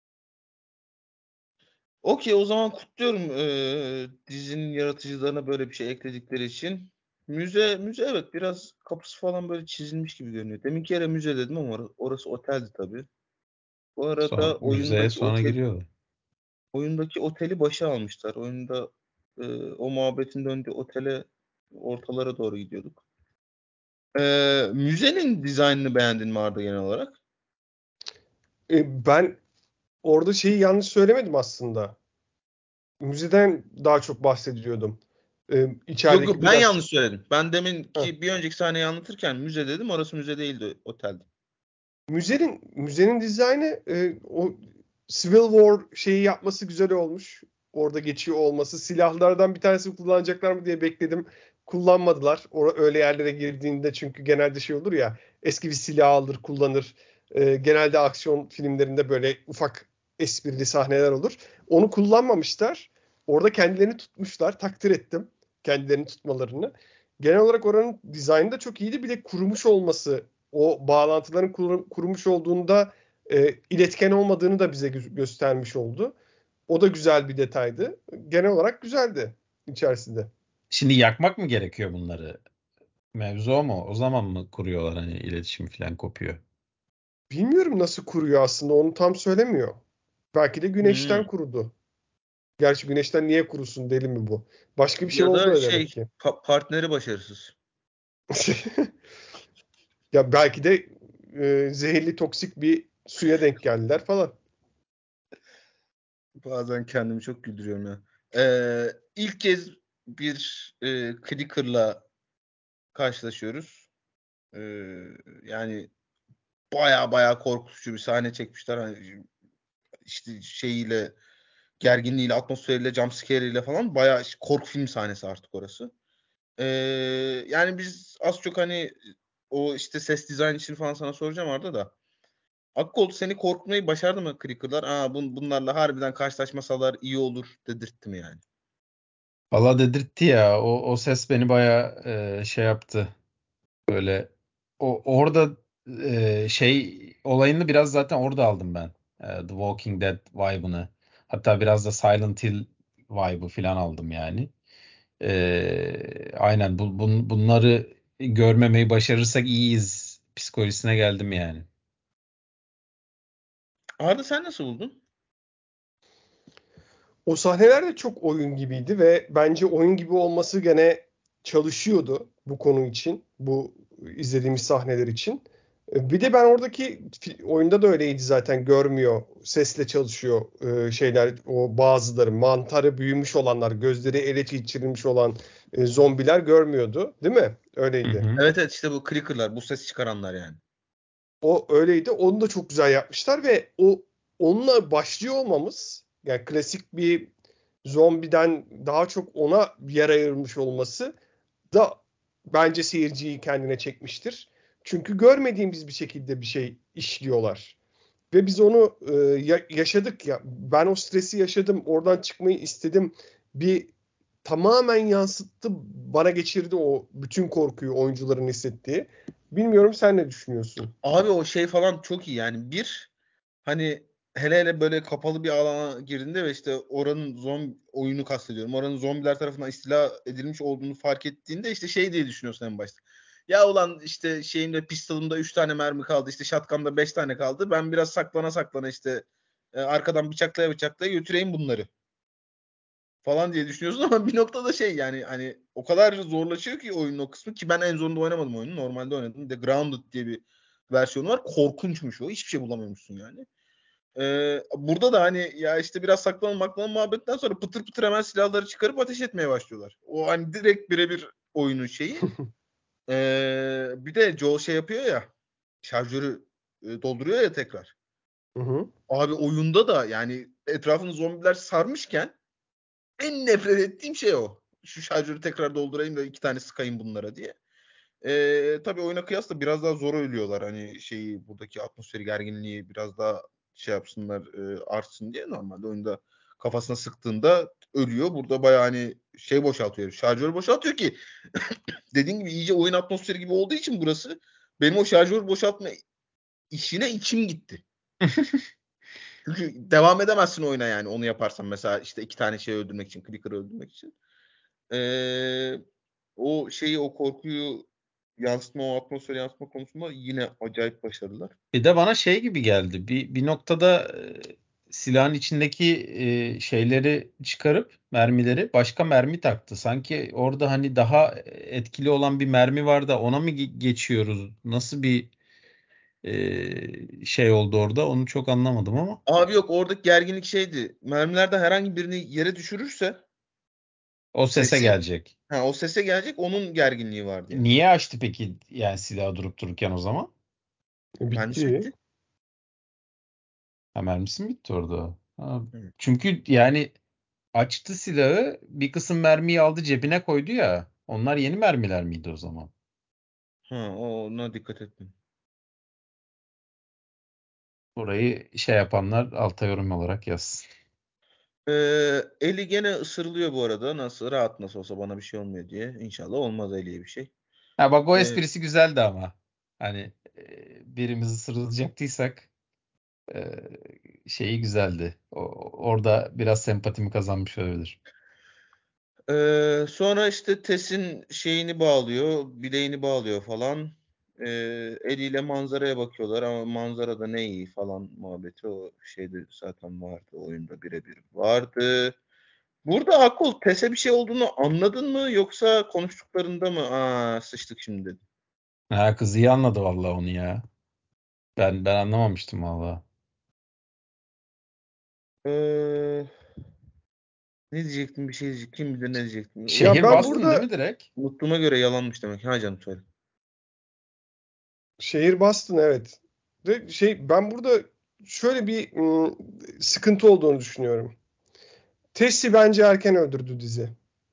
Okey, o zaman kutluyorum eee, dizinin yaratıcılarına böyle bir şey ekledikleri için. Müze, müze evet biraz kapısı falan böyle çizilmiş gibi görünüyor. Deminki yere müze dedim ama or- orası oteldi tabii. Bu Son, arada müzeye oyundaki sonra otel giriyorlar. oyundaki oteli başa almışlar. Oyunda eee, o muhabbetin döndüğü otele ortalara doğru gidiyorduk. Eee, müzenin dizaynını beğendin mi Arda genel olarak? E, ben orada şeyi yanlış söylemedim aslında. Müzeden daha çok bahsediyordum. E, Yok içerideki yok, ben biraz... yanlış söyledim. Ben demin Heh. ki bir önceki sahneyi anlatırken müze dedim. Orası müze değildi, oteldi. Müzenin müzenin dizaynı e, o Civil War şeyi yapması güzel olmuş. Orada geçiyor olması. Silahlardan bir tanesini kullanacaklar mı diye bekledim. Kullanmadılar. Or öyle yerlere girdiğinde çünkü genelde şey olur ya, eski bir silah alır kullanır. E, genelde aksiyon filmlerinde böyle ufak esprili sahneler olur. Onu kullanmamışlar. Orada kendilerini tutmuşlar. Takdir ettim kendilerini tutmalarını. Genel olarak oranın dizaynı da çok iyiydi. Bir de kurumuş olması, o bağlantıların kur, kurumuş olduğunda e, iletken olmadığını da bize gö- göstermiş oldu. O da güzel bir detaydı. Genel olarak güzeldi içerisinde. Şimdi yakmak mı gerekiyor bunları? Mevzu o mu? O zaman mı kuruyorlar hani iletişim falan kopuyor? Bilmiyorum nasıl kuruyor aslında, onu tam söylemiyor. Belki de güneşten Hmm. kurudu. Gerçi güneşten niye kurusun, deli mi bu? Başka bir şey Ya oldu da da demek şey ki. pa- partneri başarısız. Ya belki de e, zehirli toksik bir suya denk geldiler falan. Bazen kendimi çok güldürüyorum ya. Ee, ilk kez bir e, Clicker'la karşılaşıyoruz. Ee, yani baya baya korkutucu bir sahne çekmişler. Hani işte şeyiyle, gerginliğiyle, atmosferiyle, jumpscare'iyle falan bayağı korku film sahnesi artık orası. Ee, yani biz az çok hani o işte ses dizayn için falan sana soracağım Arda da. Akkolt seni korkutmayı başardı mı Cricker'lar? Aa bun, bunlarla harbiden karşılaşmasalar iyi olur dedirtti mi yani? Valla dedirtti ya. O, o ses beni baya şey yaptı. Böyle o orada e, şey olayını biraz zaten orada aldım ben. E, The Walking Dead vibe'ını. Hatta biraz da Silent Hill vibe'ı falan aldım yani. E, aynen bu, bun- bunları görmemeyi başarırsak iyiyiz psikolojisine geldim yani. Arda sen nasıl buldun? O sahneler de çok oyun gibiydi ve bence oyun gibi olması gene çalışıyordu bu konu için. Bu izlediğimiz sahneler için. E, Bir de ben oradaki fi- oyunda da öyleydi zaten, görmüyor. Sesle çalışıyor e, şeyler, o bazıları mantarı büyümüş olanlar, gözleri ele geçirilmiş olan e, zombiler görmüyordu. Değil mi? Hı Öyleydi. hı. Evet evet, işte bu Cricker'lar, bu ses çıkaranlar yani. O öyleydi. Onu da çok güzel yapmışlar ve o onunla başlıyor olmamız, yani klasik bir zombiden daha çok ona yer ayırmış olması da bence seyirciyi kendine çekmiştir. Çünkü görmediğimiz bir şekilde bir şey işliyorlar. Ve biz onu e, ya- yaşadık ya. Ben o stresi yaşadım. Oradan çıkmayı istedim. Bir tamamen yansıttı, bana geçirdi o bütün korkuyu oyuncuların hissettiği. Bilmiyorum, sen ne düşünüyorsun? Abi o şey falan çok iyi yani. Bir, hani hele hele böyle kapalı bir alana girdiğinde ve işte oranın zombi oyunu kastediyorum. Oranın zombiler tarafından istila edilmiş olduğunu fark ettiğinde işte şey diye düşünüyorsun en başta. Ya ulan işte şeyimde pistolumda üç tane mermi kaldı. İşte shotgun'da beş tane kaldı. Ben biraz saklana saklana işte e, arkadan bıçaklaya bıçaklaya götüreyim bunları falan diye düşünüyorsun ama bir noktada şey yani hani o kadar zorlaşıyor ki oyunun o kısmı ki ben en zorunda oynamadım oyunu. Normalde oynadım. The Grounded diye bir versiyonu var. Korkunçmuş o. Hiçbir şey bulamıyormuşsun yani. Ee, burada da hani ya işte biraz saklanma maklama muhabbetten sonra pıtır pıtır hemen silahları çıkarıp ateş etmeye başlıyorlar. O hani direkt birebir oyunun şeyi. Ee, bir de Joel şey yapıyor ya şarjörü e, dolduruyor ya tekrar. Hı hı. Abi oyunda da yani etrafını zombiler sarmışken en nefret ettiğim şey o. Şu şarjörü tekrar doldurayım da iki tane sıkayım bunlara diye. Ee, tabii oyuna kıyasla biraz daha zor ölüyorlar. Hani şeyi buradaki atmosferi gerginliği biraz daha şey yapsınlar e, artsın diye normalde oyunda kafasına sıktığında ölüyor. Burada bayağı hani şey boşaltıyor. Şarjörü boşaltıyor ki dediğin gibi iyice oyun atmosferi gibi olduğu için burası benim o şarjörü boşaltma işine içim gitti. Çünkü devam edemezsin oyuna yani onu yaparsan mesela işte iki tane şey öldürmek için, Clicker'ı öldürmek için. Ee, o şeyi o korkuyu yansıtma, o atmosferi yansıtma konusunda yine acayip başarılılar. Bir de bana şey gibi geldi. Bir, bir noktada e, silahın içindeki e, şeyleri çıkarıp mermileri başka mermi taktı. Sanki orada hani daha etkili olan bir mermi var da ona mı ge- geçiyoruz? Nasıl bir e, şey oldu orada? Onu çok anlamadım ama. Abi yok oradaki gerginlik şeydi. Mermilerden herhangi birini yere düşürürse O sese sesi gelecek. ha, o sese gelecek onun gerginliği vardı yani. Niye açtı peki yani silahı durup dururken o zaman? Mermisi Bitti. bitti. Ha, mermisi mi bitti orada? Ha, Evet. çünkü yani açtı silahı, bir kısım mermiyi aldı cebine koydu ya. Onlar yeni mermiler miydi o zaman? Ha, ona dikkat ettim. Burayı şey yapanlar alta yorum olarak yazsın. Ee, Eli gene ısırılıyor bu arada. Nasıl rahat nasıl olsa bana bir şey olmuyor diye. İnşallah olmaz Eli'ye bir şey. Ha bak, o Ee, esprisi güzeldi ama. Hani e, birimiz ısırılacaktıysak e, şeyi güzeldi. O, orada biraz sempatimi kazanmış olabilir. Ee, sonra işte Tess'in şeyini bağlıyor, bileğini bağlıyor falan. Ee, eliyle manzaraya bakıyorlar ama manzarada ne iyi falan muhabbeti o şeyde zaten vardı. Oyunda birebir vardı. Burada Akul Tess'e bir şey olduğunu anladın mı yoksa konuştuklarında mı? Aa sıçtık şimdi dedi. Ha, kız iyi anladı vallahi onu ya. Ben ben anlamamıştım vallahi. Ee, ne diyecektim bir şey diyecektim. Kim bilir ne diyecektim. Ya Şehir Unuttum. ben bastın değil burada mi direkt? Unuttuğuma göre yalanmış demek. Ha canım söyle. şehir Boston, evet. Ve şey ben burada şöyle bir ım, sıkıntı olduğunu düşünüyorum. Tess'i bence erken öldürdü dizi.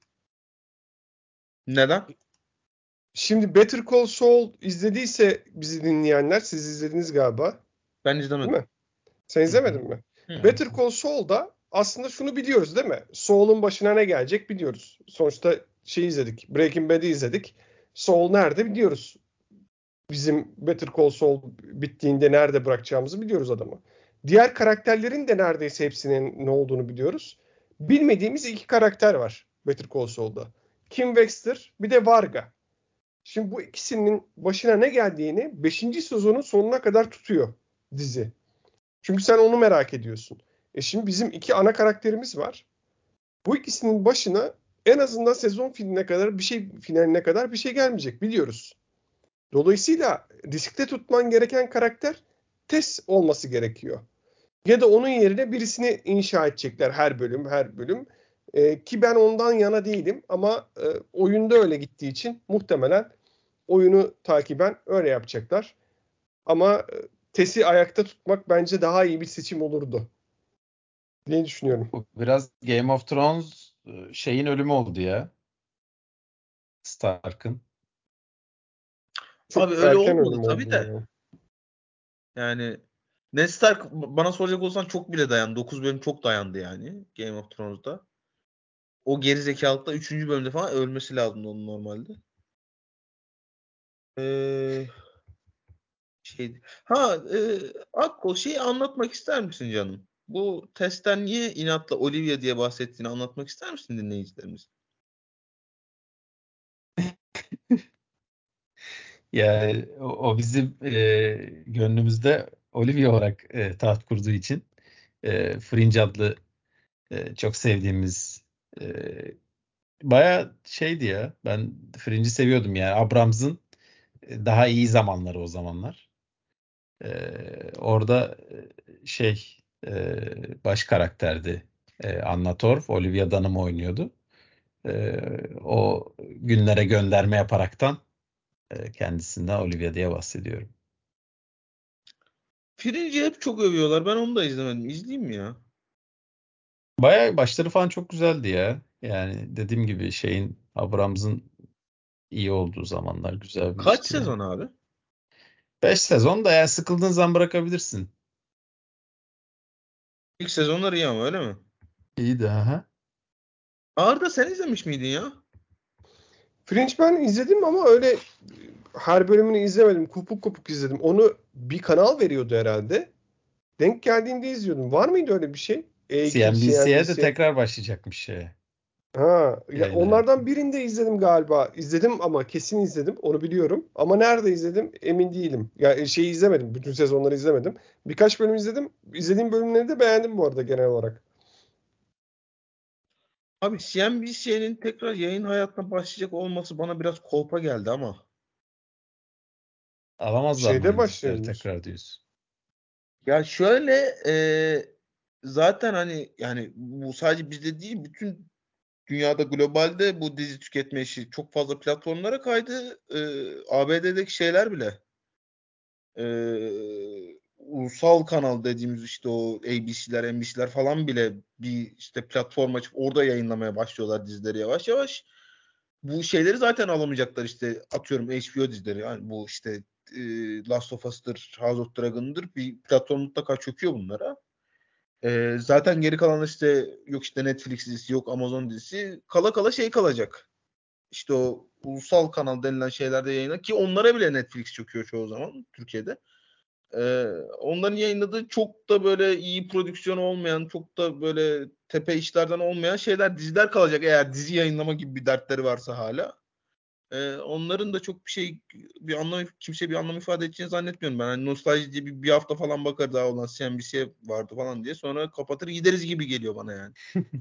Neden? Şimdi Better Call Saul izlediyse bizi dinleyenler, siz izlediniz galiba, Ben değil izlemedim. mi? Sen Hı hı. izlemedin mi? Hı. Better Call Saul'da aslında şunu biliyoruz, değil mi? Saul'un başına ne gelecek biliyoruz. Sonuçta şey izledik, Breaking Bad'i izledik. Saul nerede biliyoruz. Bizim Better Call Saul bittiğinde nerede bırakacağımızı biliyoruz adamı. Diğer karakterlerin de neredeyse hepsinin ne olduğunu biliyoruz. Bilmediğimiz iki karakter var Better Call Saul'da. Kim Wexter, bir de Varga. Şimdi bu ikisinin başına ne geldiğini beşinci sezonun sonuna kadar tutuyor dizi. Çünkü sen onu merak ediyorsun. E şimdi bizim iki ana karakterimiz var. Bu ikisinin başına en azından sezon finaline kadar bir şey finaline kadar bir şey gelmeyecek biliyoruz. Dolayısıyla riskte tutman gereken karakter Tess olması gerekiyor. Ya da onun yerine birisini inşa edecekler her bölüm her bölüm. E, ki ben ondan yana değilim ama e, oyunda öyle gittiği için muhtemelen oyunu takiben öyle yapacaklar. Ama e, Tess'i ayakta tutmak bence daha iyi bir seçim olurdu diye düşünüyorum. Bu biraz Game of Thrones e, şeyin ölümü oldu ya. Stark'ın. Abi Çok öyle erken olmadı ölüm tabii oldu de. yani. Yani Ned Stark bana soracak olsan çok bile dayandı. dokuz bölüm çok dayandı yani Game of Thrones'da. O geri zekalıkta üçüncü bölümde falan ölmesi lazımdı onun normalde. Ee, Şey, ha e, Akkol şeyi anlatmak ister misin canım? Bu testten niye inatla Olivia diye bahsettiğini anlatmak ister misin dinleyicilerimiz? Ya o, o bizim e, gönlümüzde Olivia olarak e, taht kurduğu için e, Fringe adlı e, çok sevdiğimiz e, baya şeydi ya. Ben Fringe'i seviyordum yani. Abrams'ın e, daha iyi zamanları o zamanlar. E, orada e, şey e, baş karakterdi. E, Anna Torv, Olivia Dunham oynuyordu. E, o günlere gönderme yaparaktan e, kendisinden Olivia diye bahsediyorum. Fringe'i hep çok övüyorlar. Ben onu da izlemedim. İzleyeyim mi ya? Bayağı başları falan çok güzeldi ya. Yani dediğim gibi şeyin Abrams'ın iyi olduğu zamanlar güzel bir Kaç işti yani. sezon abi? Beş sezon da yani sıkıldığın zaman bırakabilirsin. İlk sezonlar iyi ama öyle mi? İyi de aha. Arda sen izlemiş miydin ya? Fringe ben izledim ama öyle her bölümünü izlemedim. Kopuk kopuk izledim. Onu bir kanal veriyordu herhalde. Denk geldiğimde izliyordum. Var mıydı öyle bir şey? E Q, C N B C'ye de C N B C. tekrar başlayacakmış şeye Ha, ya yayına. onlardan birinde izledim galiba. İzledim ama kesin izledim. Onu biliyorum. Ama nerede izledim emin değilim. Ya e, şeyi izlemedim. Bütün sezonları izlemedim. Birkaç bölüm izledim. İzlediğim bölümleri de beğendim bu arada genel olarak. Abi C N B C'nin tekrar yayın hayatına başlayacak olması bana biraz kolpa geldi ama. Alamazlar mı Şeyde aynı dizileri başlayabilir. tekrar diyorsun. Ya şöyle e, zaten hani yani bu sadece bizde değil bütün dünyada globalde bu dizi tüketme işi çok fazla platformlara kaydı. E, A B D'deki şeyler bile e, ulusal kanal dediğimiz işte o A B C'ler, N B C'ler falan bile bir işte platform açıp orada yayınlamaya başlıyorlar dizileri yavaş yavaş. Bu şeyleri zaten alamayacaklar işte atıyorum H B O dizileri yani bu işte e, Last of Us'tır, House of Dragon'dır bir platform mutlaka çöküyor bunlara. E, zaten geri kalan işte yok işte Netflix dizisi yok Amazon dizisi kala kala şey kalacak. İşte o ulusal kanal denilen şeylerde yayınlar ki onlara bile Netflix çöküyor çoğu zaman Türkiye'de. Ee, onların yayınladığı çok da böyle iyi prodüksiyon olmayan, çok da böyle tepe işlerden olmayan şeyler, diziler kalacak eğer dizi yayınlama gibi bir dertleri varsa hala. Ee, onların da çok bir şey, bir anlam, kimse bir anlam ifade edeceğini zannetmiyorum ben. Hani nostalji diye bir, bir hafta falan bakar daha olan C N B C vardı falan diye sonra kapatır gideriz gibi geliyor bana yani.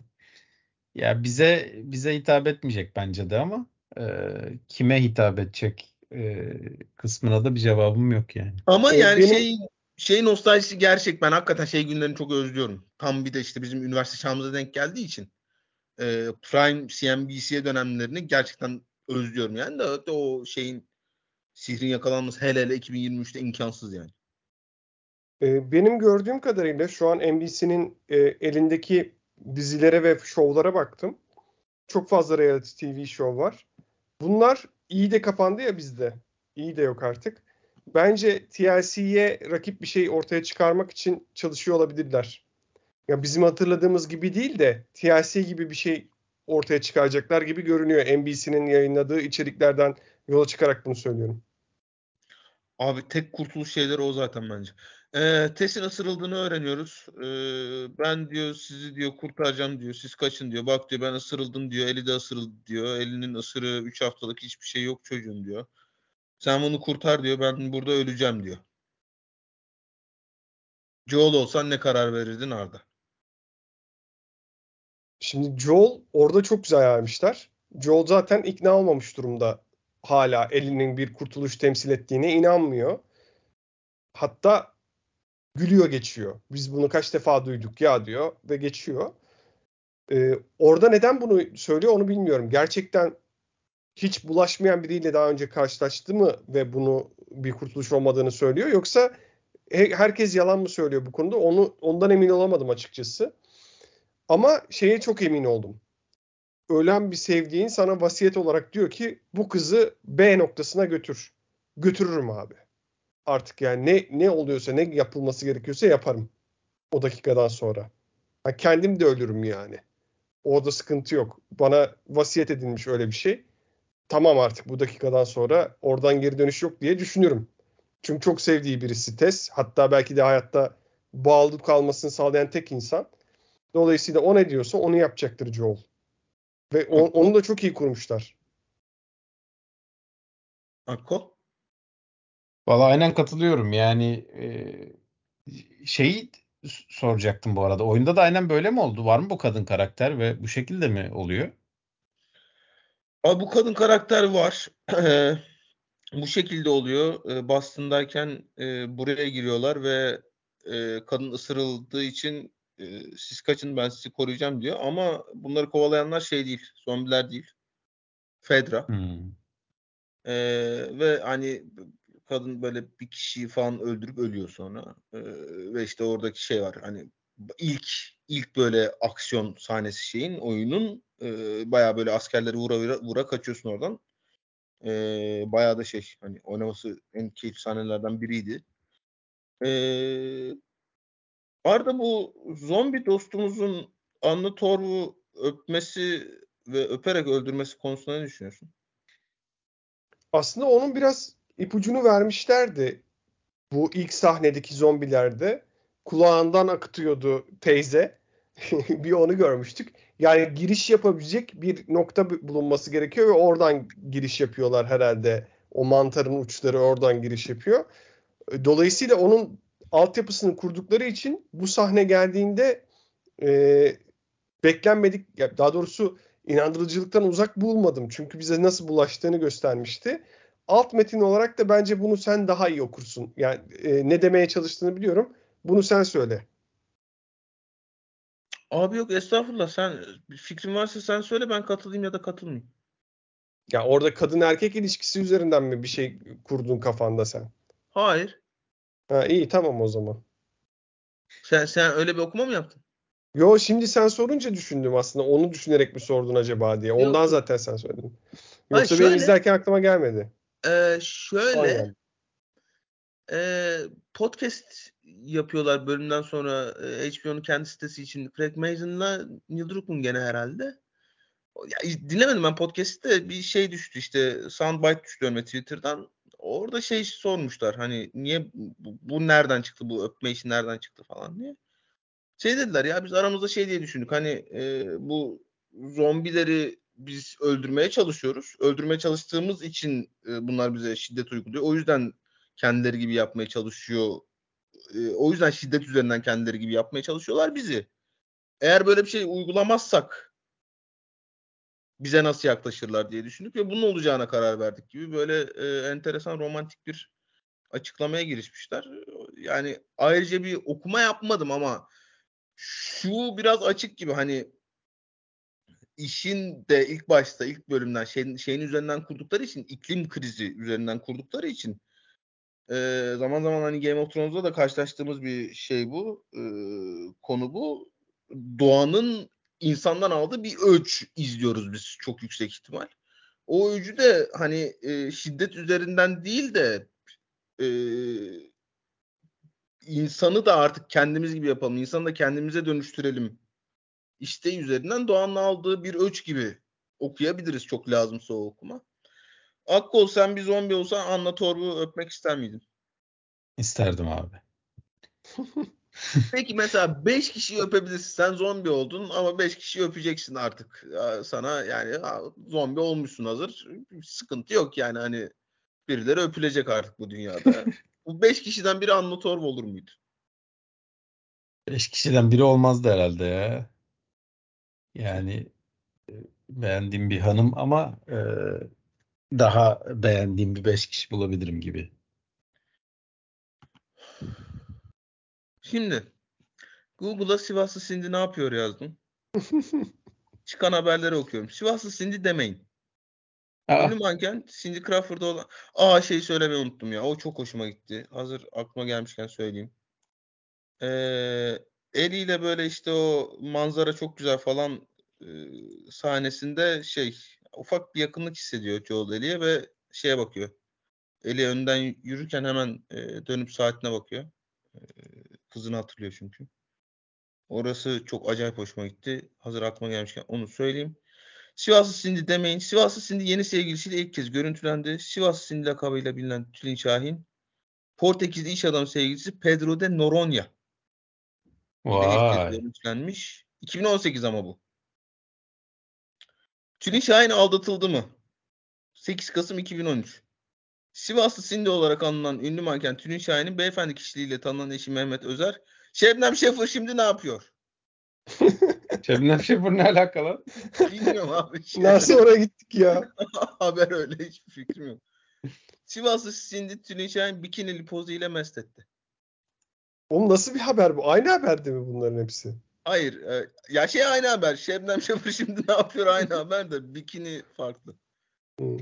Ya bize bize hitap etmeyecek bence de ama e, kime hitap edecek e, kısmına da bir cevabım yok yani. Ama E, yani benim şey şey nostaljisi gerçek. Ben hakikaten şey günlerini çok özlüyorum. Tam bir de işte bizim üniversite çağımıza denk geldiği için. e, Prime C N B C dönemlerini gerçekten özlüyorum yani de, de o şeyin sihrin yakalanması hele hele iki bin yirmi üçte imkansız yani. e, benim gördüğüm kadarıyla şu an N B C'nin e, elindeki dizilere ve şovlara baktım. Çok fazla reality T V show var. Bunlar iyi de kapandı ya bizde. İyi de yok artık. Bence T L C'ye rakip bir şey ortaya çıkarmak için çalışıyor olabilirler. Ya bizim hatırladığımız gibi değil de T L C gibi bir şey ortaya çıkaracaklar gibi görünüyor. N B C'nin yayınladığı içeriklerden yola çıkarak bunu söylüyorum. Abi tek kurtuluş şeyleri o zaten bence. Ee, Tess'in ısırıldığını öğreniyoruz. Ee, ben diyor sizi diyor kurtaracağım diyor. Siz kaçın diyor. Bak diyor ben ısırıldım diyor. Eli de ısırıldı diyor. Elinin ısırığı üç haftalık hiçbir şey yok çocuğun diyor. Sen bunu kurtar diyor. Ben burada öleceğim diyor. Joel olsan ne karar verirdin Arda? Şimdi Joel orada çok güzel vermişler. Joel zaten ikna olmamış durumda. Hala elinin bir kurtuluş temsil ettiğine inanmıyor. Hatta gülüyor geçiyor. Biz bunu kaç defa duyduk ya diyor ve geçiyor. Ee, orada neden bunu söylüyor onu bilmiyorum. Gerçekten hiç bulaşmayan biriyle daha önce karşılaştı mı ve bunu bir kurtuluş olmadığını söylüyor. Yoksa herkes yalan mı söylüyor bu konuda? Onu ondan emin olamadım açıkçası. Ama şeye çok emin oldum. Ölen bir sevdiğin sana vasiyet olarak diyor ki bu kızı B noktasına götür. Götürürüm abi. Artık yani ne ne oluyorsa ne yapılması gerekiyorsa yaparım o dakikadan sonra. Ben kendim de ölürüm yani. Orada sıkıntı yok. Bana vasiyet edilmiş öyle bir şey. Tamam artık bu dakikadan sonra oradan geri dönüş yok diye düşünürüm. Çünkü çok sevdiği birisi Tess. Hatta belki de hayatta bağlı kalmasını sağlayan tek insan. Dolayısıyla o ne diyorsa onu yapacaktır Joel. Ve o- onu da çok iyi kurmuşlar. Akko? Valla aynen katılıyorum. Yani e, şeyi s- soracaktım bu arada. Oyunda da aynen böyle mi oldu? Var mı bu kadın karakter ve bu şekilde mi oluyor? Abi bu kadın karakter var. Bu şekilde oluyor. E, Boston'dayken e, buraya giriyorlar ve e, kadın ısırıldığı için e, siz kaçın ben sizi koruyacağım diyor. Ama bunları kovalayanlar şey değil. Zombiler değil. Fedra. Hmm. E, ve hani kadın böyle bir kişiyi falan öldürüp ölüyor sonra. E, ve işte oradaki şey var. Hani ilk ilk böyle aksiyon sahnesi şeyin oyunun e, bayağı böyle askerleri vura vura, vura kaçıyorsun oradan. Ee, bayağı da şey hani oynaması en keyifli sahnelerden biriydi. Ee, Arda bu zombi dostumuzun Anna Torv'u öpmesi ve öperek öldürmesi konusunda ne düşünüyorsun? Aslında onun biraz ipucunu vermişlerdi. Bu ilk sahnedeki zombilerde kulağından akıtıyordu teyze. Bir onu görmüştük. Yani giriş yapabilecek bir nokta bulunması gerekiyor ve oradan giriş yapıyorlar herhalde. O mantarın uçları oradan giriş yapıyor. Dolayısıyla onun altyapısını kurdukları için bu sahne geldiğinde e, beklenmedik, daha doğrusu inandırıcılıktan uzak bulmadım. Çünkü bize nasıl bulaştığını göstermişti. Alt metin olarak da bence bunu sen daha iyi okursun. Yani e, ne demeye çalıştığını biliyorum. Bunu sen söyle. Abi yok estağfurullah sen bir fikrin varsa sen söyle ben katılayım ya da katılmayayım. Ya orada kadın erkek ilişkisi üzerinden mi bir şey kurdun kafanda sen? Hayır. Ha, iyi tamam o zaman. Sen sen öyle bir okuma mı yaptın? Yo şimdi sen sorunca düşündüm aslında. Onu düşünerek mi sordun acaba diye. Ondan Yok yok. zaten sen söyledin. Hayır Yoksa benim şöyle izlerken aklıma gelmedi. e, Şu an şöyle geldi. e, podcast yapıyorlar bölümden sonra e, H B O'nun kendi sitesi için Craig Mazin'la Neil Druckmann gene herhalde. Ya, dinlemedim ben podcast'te bir şey düştü işte soundbite düştü önüme Twitter'dan. Orada şey sormuşlar hani niye bu, bu nereden çıktı bu öpme işi nereden çıktı falan diye. Şey dediler ya biz aramızda şey diye düşündük hani e, bu zombileri biz öldürmeye çalışıyoruz. Öldürmeye çalıştığımız için e, bunlar bize şiddet uyguluyor. O yüzden kendileri gibi yapmaya çalışıyor. E, o yüzden şiddet üzerinden kendileri gibi yapmaya çalışıyorlar bizi. Eğer böyle bir şey uygulamazsak bize nasıl yaklaşırlar diye düşündük ve bunun olacağına karar verdik gibi böyle e, enteresan romantik bir açıklamaya girişmişler. Yani ayrıca bir okuma yapmadım ama şu biraz açık gibi hani işin de ilk başta ilk bölümden şeyin, şeyin üzerinden kurdukları için iklim krizi üzerinden kurdukları için e, zaman zaman hani Game of Thrones'da da karşılaştığımız bir şey bu e, konu bu doğanın insandan aldığı bir ölç izliyoruz biz çok yüksek ihtimal. O öcü de hani e, şiddet üzerinden değil de e, insanı da artık kendimiz gibi yapalım. İnsanı da kendimize dönüştürelim. İşte üzerinden Doğan'ın aldığı bir ölç gibi okuyabiliriz çok lazımsa o okuma. Akkol sen bir zombi olsan Anna Torv'u öpmek ister miydin? İsterdim abi. Peki mesela beş kişiyi öpebilirsin. Sen zombi oldun ama beş kişiyi öpeceksin artık. Ya sana yani ha, zombi olmuşsun hazır. Sıkıntı yok yani hani birileri öpülecek artık bu dünyada. Bu beş kişiden biri Anna Torv olur muydu? Beş kişiden biri olmazdı herhalde ya. Yani e, beğendiğim bir hanım ama e, daha beğendiğim bir beş kişi bulabilirim gibi. Şimdi Google'a Sivaslı Cindy ne yapıyor yazdım. Çıkan haberleri okuyorum. Sivaslı Cindy demeyin. Aa, Ünlü manken Cindy Crawford'da olan... Aa şeyi söylemeyi unuttum ya. O çok hoşuma gitti. Hazır aklıma gelmişken söyleyeyim. Ee, eliyle böyle işte o manzara çok güzel falan e, sahnesinde şey ufak bir yakınlık hissediyor Joel Ellie'ye ve şeye bakıyor. Ellie önden yürürken hemen e, dönüp saatine bakıyor. E, kızını hatırlıyor çünkü. Orası çok acayip hoşuma gitti. Hazır aklıma gelmişken onu söyleyeyim. Sivaslı Cindy demeyin. Sivaslı Cindy yeni sevgilisiyle ilk kez görüntülendi. Sivaslı Cindy lakabıyla bilinen Tülin Şahin Portekizli iş adamı sevgilisi Pedro de Noronha ile ilk kez Vay. görüntülenmiş. iki bin on sekiz ama bu. Tülin Şahin aldatıldı mı? sekiz Kasım iki bin on üç. Sivaslı Cindy olarak anılan ünlü manken Tülin Şahin'in beyefendi kişiliğiyle tanınan eşi Mehmet Özer, Şebnem Şefir şimdi ne yapıyor? Şebnem Şefir ne alakalı? Bilmiyorum abi. Şey. Nasıl oraya gittik ya? Haber öyle, hiçbir fikrim yok. Sivaslı Cindy Tülin Şahin bikinili pozu ile mest etti. Oğlum nasıl bir haber bu? Aynı haberde mi bunların hepsi? Hayır. E, ya şey aynı haber. Şebnem Şefir şimdi ne yapıyor aynı haber de bikini farklı. Hmm.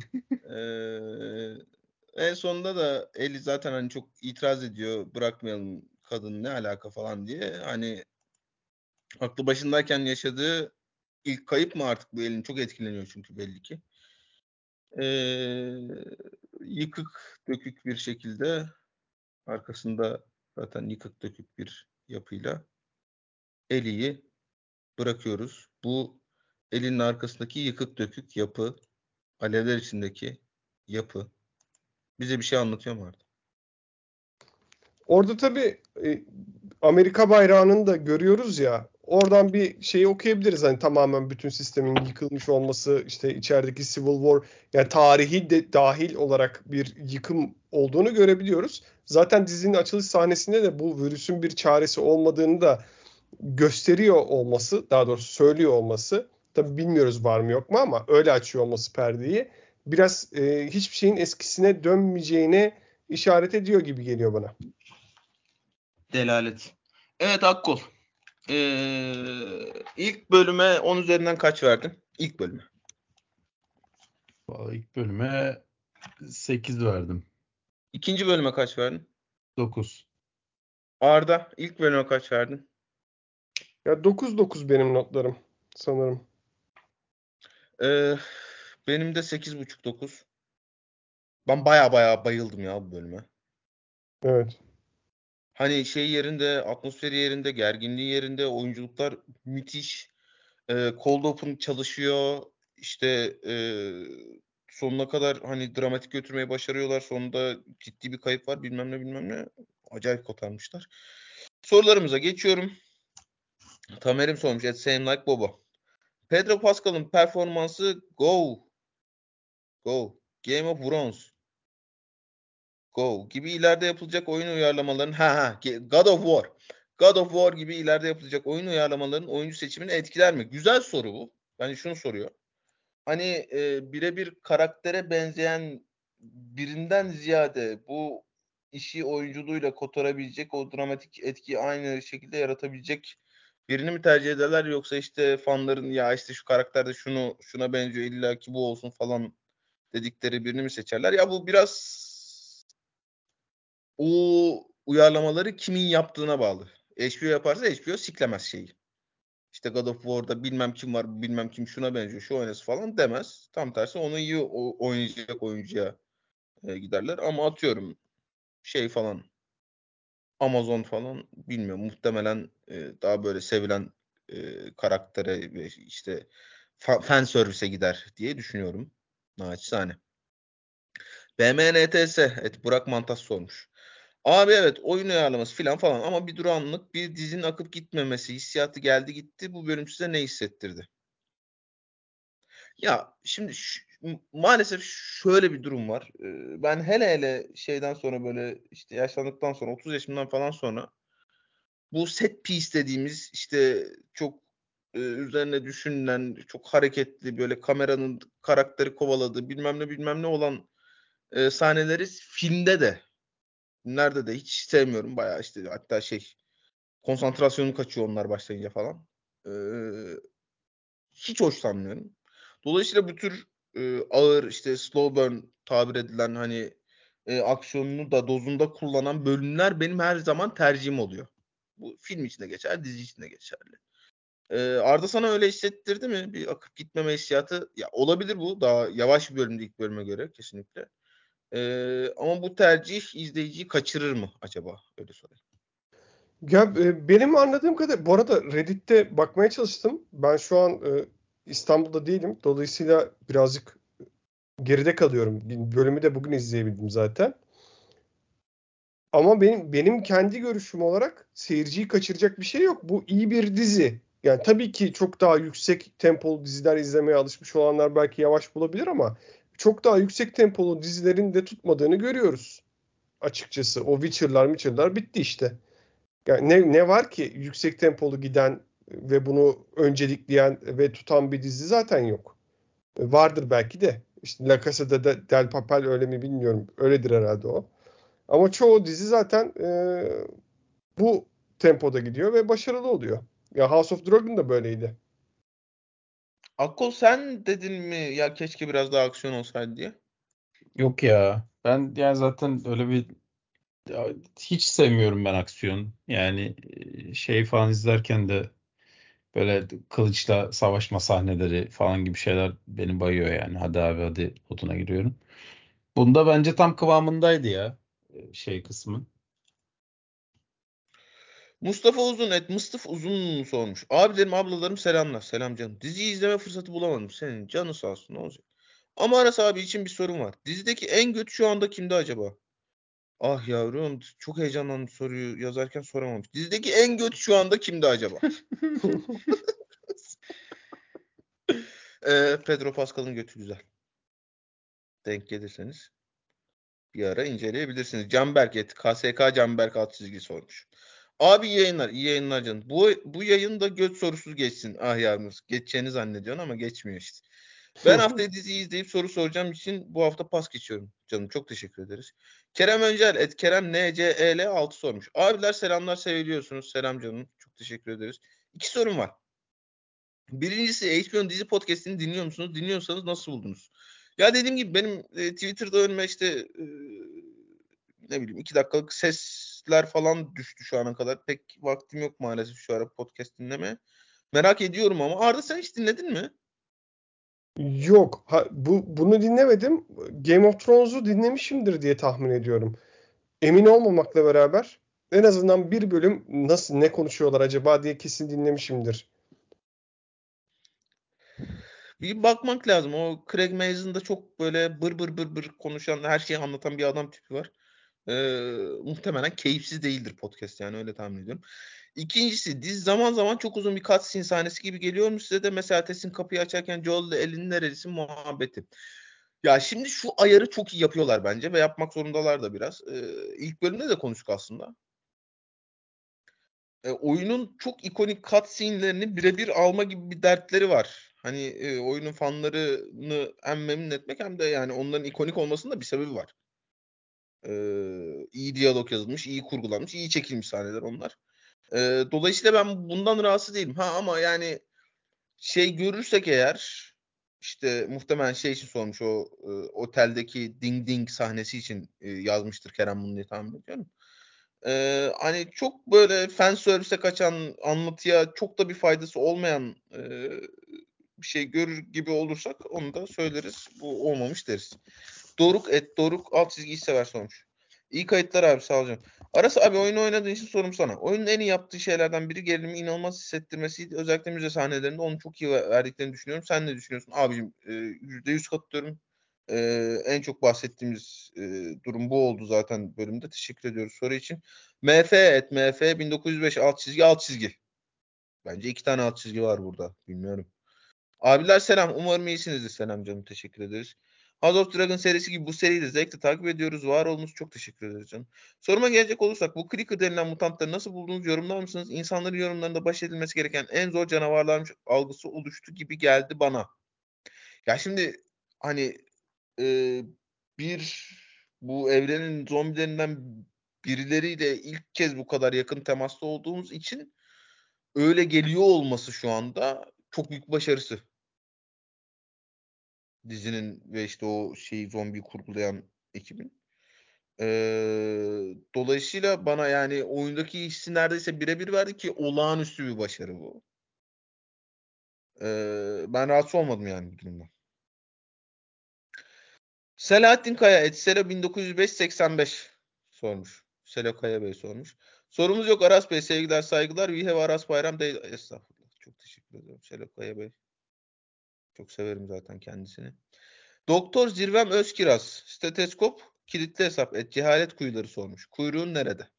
Ee, en sonunda da Eli zaten hani çok itiraz ediyor. Bırakmayalım kadın ne alaka falan diye. Hani aklı başındayken yaşadığı ilk kayıp mı artık bu Elin? Çok etkileniyor çünkü belli ki. Ee, yıkık dökük bir şekilde arkasında zaten yıkık dökük bir yapıyla Eli'yi bırakıyoruz. Bu Eli'nin arkasındaki yıkık dökük yapı, alevler içindeki yapı bize bir şey anlatıyor mu artık? Orada tabii e, Amerika bayrağını da görüyoruz ya. Oradan bir şeyi okuyabiliriz. Hani tamamen bütün sistemin yıkılmış olması, işte içerideki Civil War, yani tarihi de dahil olarak bir yıkım olduğunu görebiliyoruz. Zaten dizinin açılış sahnesinde de bu virüsün bir çaresi olmadığını da gösteriyor olması, daha doğrusu söylüyor olması. Tabii bilmiyoruz var mı yok mu ama öyle açıyor olması perdeyi. Biraz e, hiçbir şeyin eskisine dönmeyeceğine işaret ediyor gibi geliyor bana. Delalet. Evet Akkol. Ee, ilk bölüme on üzerinden kaç verdin? İlk bölüme. Vallahi ilk bölüme sekiz verdim. İkinci bölüme kaç verdin? dokuz. Arda ilk bölüme kaç verdin? Ya dokuz dokuz benim notlarım sanırım. Ee, benim de sekiz buçuk dokuz. Ben baya baya bayıldım ya bu bölüme. Evet. Hani şey yerinde, atmosferi yerinde, gerginliği yerinde, oyunculuklar müthiş. Ee, cold open çalışıyor. İşte e, sonuna kadar hani dramatik götürmeyi başarıyorlar. Sonunda ciddi bir kayıp var bilmem ne bilmem ne. Acayip kotarmışlar. Sorularımıza geçiyorum. Tamer'im sormuş. At same like Boba. Pedro Pascal'ın performansı Go. Go. Game of Thrones. Go. Gibi ileride yapılacak oyun uyarlamaların ha ha God of War. God of War gibi ileride yapılacak oyun uyarlamaların oyuncu seçimini etkiler mi? Güzel soru bu. Bence şunu soruyor. Hani e, birebir karaktere benzeyen birinden ziyade bu işi oyunculuğuyla kotarabilecek, o dramatik etkiyi aynı şekilde yaratabilecek birini mi tercih ederler, yoksa işte fanların ya işte şu karakterde şunu şuna benziyor illa ki bu olsun falan dedikleri birini mi seçerler? Ya bu biraz o uyarlamaları kimin yaptığına bağlı. H B O yaparsa H B O siklemez şeyi. İşte God of War'da bilmem kim var, bilmem kim şuna benziyor, şu oynasın falan demez. Tam tersi onu iyi oynayacak oyuncuya e, giderler. Ama atıyorum şey falan, Amazon falan bilmiyorum. Muhtemelen e, daha böyle sevilen e, karaktere ve işte fa- fan servise gider diye düşünüyorum. Naçizane. B M N T S et Burak Mantas sormuş. Abi evet oyun uyarlaması filan falan ama bir duranlık, bir dizinin akıp gitmemesi hissiyatı geldi gitti. Bu bölüm size ne hissettirdi? Ya şimdi ş- maalesef şöyle bir durum var. Ee, Ben hele hele şeyden sonra böyle işte yaşlandıktan sonra otuz yaşımdan falan sonra bu set piece dediğimiz işte çok e, üzerine düşünülen, çok hareketli böyle kameranın karakteri kovaladığı bilmem ne bilmem ne olan e, sahneleri filmde de nerede de hiç sevmiyorum. Bayağı işte hatta şey konsantrasyonum kaçıyor onlar başlayınca falan. Ee, hiç hoşlanmıyorum. Dolayısıyla bu tür e, ağır işte slow burn tabir edilen hani e, aksiyonunu da dozunda kullanan bölümler benim her zaman tercihim oluyor. Bu film için de geçer, dizi için de geçerli. Ee, Arda sana öyle hissettirdi mi? Bir akıp gitmeme hissiyatı. Ya olabilir bu. Daha yavaş bir bölümde ilk bölüme göre kesinlikle. Ee, ama bu tercih izleyiciyi kaçırır mı acaba? Öyle sorayım. Ya e, benim anladığım kadar bu arada Reddit'te bakmaya çalıştım. Ben şu an e, İstanbul'da değilim. Dolayısıyla birazcık geride kalıyorum. Bir bölümü de bugün izleyebildim zaten. Ama benim benim kendi görüşüm olarak seyirciyi kaçıracak bir şey yok. Bu iyi bir dizi. Yani tabii ki çok daha yüksek tempolu diziler izlemeye alışmış olanlar belki yavaş bulabilir ama çok daha yüksek tempolu dizilerin de tutmadığını görüyoruz açıkçası. O Witcher'lar, Witcher'lar bitti işte. Yani ne, ne var ki yüksek tempolu giden ve bunu öncelikleyen ve tutan bir dizi zaten yok. Vardır belki de. İşte La Casa de Del Papel öyle mi bilmiyorum. Öyledir herhalde o. Ama çoğu dizi zaten e, bu tempoda gidiyor ve başarılı oluyor. Ya House of Dragon da böyleydi. Akkol sen dedin mi ya keşke biraz daha aksiyon olsaydı diye. Yok ya. Ben yani zaten öyle bir ya, hiç sevmiyorum ben aksiyon. Yani e, şey falan izlerken de böyle kılıçla savaşma sahneleri falan gibi şeyler beni bayıyor yani. Hadi abi hadi moduna giriyorum. Bunda bence tam kıvamındaydı ya e, şey kısmı. Mustafa Uzun et Mustafa Uzun sormuş. Abilerim ablalarım selamlar. Selam canım. Diziyi izleme fırsatı bulamadım. Senin canı sağ olsun ne olacak. Ama Aras abi için bir sorun var. Dizideki en göt şu anda kimde acaba? Ah yavrum çok heyecanlandım soruyu yazarken soramamış. Dizideki en göt şu anda kimde acaba? Ee, Pedro Pascal'ın götü güzel. Denk gelirseniz bir ara inceleyebilirsiniz. Canberk et. K S K Canberk alt çizgi sormuş. Abi iyi yayınlar. İyi yayınlar canım. Bu, bu yayın da göt sorusuz geçsin. Ah yavrum. Geçeceğini zannediyorsun ama geçmiyor işte. Ben haftaya diziyi izleyip soru soracağım için bu hafta pas geçiyorum. Canım çok teşekkür ederiz. Kerem Öncel et Kerem N C E L altı sormuş. Abiler selamlar seviliyorsunuz. Selam canım. Çok teşekkür ederiz. İki sorum var. Birincisi H B O'nun dizi podcast'ini dinliyor musunuz? Dinliyorsanız nasıl buldunuz? Ya dediğim gibi benim e, Twitter'da önüme işte e, ne bileyim iki dakikalık sesler falan düştü şu ana kadar. Pek vaktim yok maalesef şu ara podcast dinlemeye. Merak ediyorum ama. Arda sen hiç dinledin mi? Yok. Ha, bu bunu dinlemedim. Game of Thrones'u dinlemişimdir diye tahmin ediyorum. Emin olmamakla beraber en azından bir bölüm nasıl ne konuşuyorlar acaba diye kesin dinlemişimdir. Bir bakmak lazım. O Craig Mason çok böyle bır bır bır bır konuşan, her şeyi anlatan bir adam tipi var. Ee, muhtemelen keyifsiz değildir podcast yani öyle tahmin ediyorum. İkincisi dizi zaman zaman çok uzun bir cutscene sahnesi gibi geliyor mu size de? Mesela Tess'in kapıyı açarken Joel'le elinin nerelisin muhabbeti. Ya şimdi şu ayarı çok iyi yapıyorlar bence ve yapmak zorundalar da biraz. Ee, ilk bölümde de konuştuk aslında. E, oyunun çok ikonik cutscene'lerini birebir alma gibi bir dertleri var. Hani e, oyunun fanlarını hem memnun etmek hem de yani onların ikonik olmasının da bir sebebi var. E, iyi diyalog yazılmış, iyi kurgulanmış, iyi çekilmiş sahneler onlar. E, dolayısıyla ben bundan rahatsız değilim. Ha ama yani şey görürsek eğer işte muhtemelen şey için sormuş o e, oteldeki ding ding sahnesi için e, yazmıştır Kerem bunu diye tahmin ediyorum. Ee, hani çok böyle fan servise kaçan anlatıya çok da bir faydası olmayan e, bir şey görür gibi olursak onu da söyleriz. Bu olmamış deriz. Doruk et Doruk alt çizgiyi sever sormuş. İyi kayıtlar abi sağ olun. Aras abi oyunu oynadığın için sorum sana. Oyunun en iyi yaptığı şeylerden biri gerilimi inanılmaz hissettirmesiydi. Özellikle müze sahnelerinde onu çok iyi verdiklerini düşünüyorum. Sen ne düşünüyorsun? Abicim e, yüzde yüz katılıyorum. E, en çok bahsettiğimiz e, durum bu oldu zaten bölümde. Teşekkür ediyoruz soru için. M F et M F bin dokuz yüz beş alt çizgi alt çizgi. Bence iki tane alt çizgi var burada. Bilmiyorum. Abiler selam. Umarım iyisinizdir. Selam canım. Teşekkür ederiz. House of Dragon serisi gibi bu seriyi de zevkle takip ediyoruz. Var olunuz çok teşekkür ederiz canım. Soruma gelecek olursak bu Clicker denilen mutantları nasıl buldunuz? Yorumlar mısınız? İnsanların yorumlarında baş edilmesi gereken en zor canavarlarmış algısı oluştu gibi geldi bana. Ya şimdi hani e, bir bu evrenin zombilerinden birileriyle ilk kez bu kadar yakın temasta olduğumuz için öyle geliyor olması şu anda çok büyük başarısı. Dizinin ve işte o şeyi zombiyi kurgulayan ekibin. Ee, dolayısıyla bana yani oyundaki hissi neredeyse birebir verdi ki olağanüstü bir başarı bu. Ee, ben rahatsız olmadım yani bu durumdan. Selahattin Kaya et Selo bin dokuz yüz beş seksen beş sormuş. Selo Kaya Bey sormuş. Sorumuz yok Aras Bey. Sevgiler saygılar. We have Aras Bayram Day. Estağfurullah. Çok teşekkür ederim Selo Kaya Bey. Çok severim zaten kendisini. Doktor Zirvem Özkiraz. Steteskop Kilitli hesap et cehalet kuyuları sormuş. Kuyruğun nerede?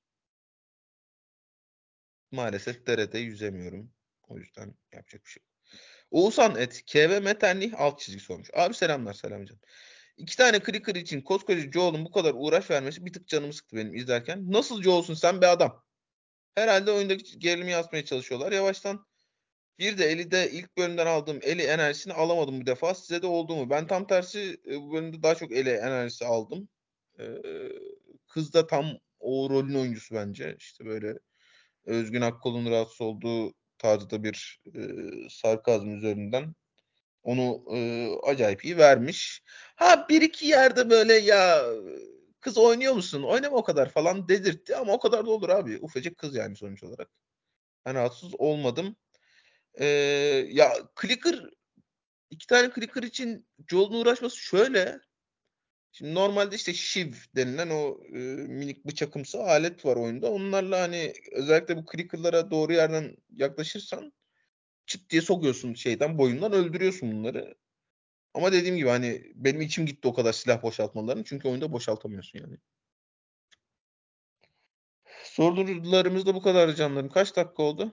Maalesef derede yüzemiyorum. O yüzden yapacak bir şey yok. Oğuzhan et K V Metenlih alt çizgi sormuş. Abi selamlar selam canım. İki tane clicker için koskoca Joel'un bu kadar uğraş vermesi bir tık canımı sıktı benim izlerken. Nasıl Joel'sun sen be adam? Herhalde oyundaki gerilimi yansıtmaya çalışıyorlar. Yavaştan bir de Ellie'de ilk bölümden aldığım Ellie enerjisini alamadım bu defa. Size de oldu mu? Ben tam tersi e, bu bölümde daha çok Ellie enerjisi aldım. Ee, kız da tam o rolün oyuncusu bence. İşte böyle Özgün Akkol'un rahatsız olduğu tarzda bir e, sarkazm üzerinden onu e, acayip iyi vermiş. Ha bir iki yerde böyle ya kız oynuyor musun? Oynama o kadar falan dedirtti ama o kadar da olur abi. Ufacık kız yani sonuç olarak. Ben rahatsız olmadım. Ee, ya clicker iki tane clicker için Joel'un uğraşması şöyle. Şimdi normalde işte shiv denilen o e, minik bıçakımsı alet var oyunda. Onlarla hani özellikle bu clicker'lara doğru yerden yaklaşırsan çıt diye sokuyorsun şeyden boyundan öldürüyorsun bunları. Ama dediğim gibi hani benim içim gitti o kadar silah boşaltmalarını. Çünkü oyunda boşaltamıyorsun yani. Sorularımız da bu kadar canlarım. Kaç dakika oldu?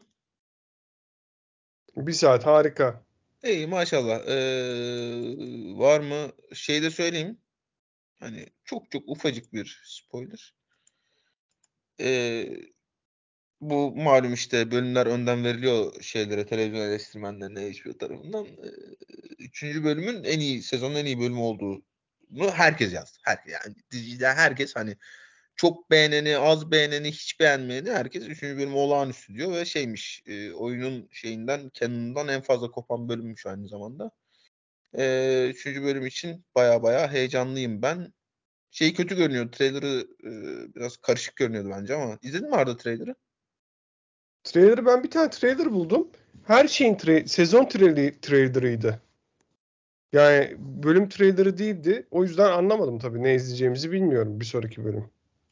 Bir saat harika. İyi maşallah. Ee, var mı? Şey de söyleyeyim. Hani çok çok ufacık bir spoiler. Ee, bu malum işte bölümler önden veriliyor şeylere, televizyon eleştirmenlerine H B O tarafından. Ee, üçüncü bölümün en iyi, sezonun en iyi bölümü olduğunu herkes yazdı. Her, yani dizide herkes hani çok beğeneni, az beğeneni, hiç beğenmeyeni herkes üçüncü bölüm olağanüstü diyor ve şeymiş e, oyunun şeyinden, canon'dan en fazla kopan bölümmüş aynı zamanda. E, üçüncü bölüm için baya baya heyecanlıyım ben. Şey kötü görünüyordu. Trailer'ı e, biraz karışık görünüyordu bence ama. İzledin mi Arda trailer'ı? Trailer'ı ben bir tane trailer buldum. Her şeyin tra- sezon tra- trailer'ıydı. Yani bölüm trailer'ı değildi. O yüzden anlamadım tabii ne izleyeceğimizi bilmiyorum bir sonraki bölüm.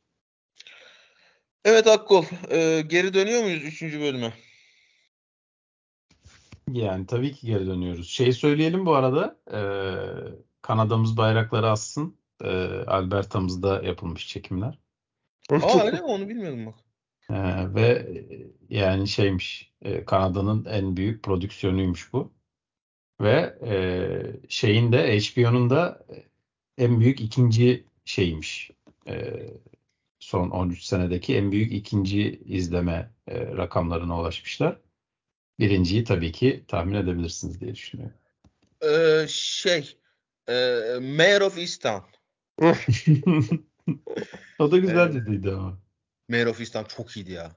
Evet Akkol. E, geri dönüyor muyuz üçüncü bölüme? Yani tabii ki geri dönüyoruz. Şey söyleyelim bu arada. E, Kanada'mız bayrakları assın. E, Alberta'mızda yapılmış çekimler. Aa öyle mi? Onu bilmiyordum bak. E, ve e, yani şeymiş. E, Kanada'nın en büyük prodüksiyonuymuş bu. Ve e, şeyin de H B O'nun da en büyük ikinci şeymiş. E, son on üç senedeki en büyük ikinci izleme e, rakamlarına ulaşmışlar. Birinciyi tabii ki tahmin edebilirsiniz diye düşünüyorum. E, şey e, Mayor of Easttown. O da güzel E, diziydi ama. Mayor of Easttown çok iyiydi ya.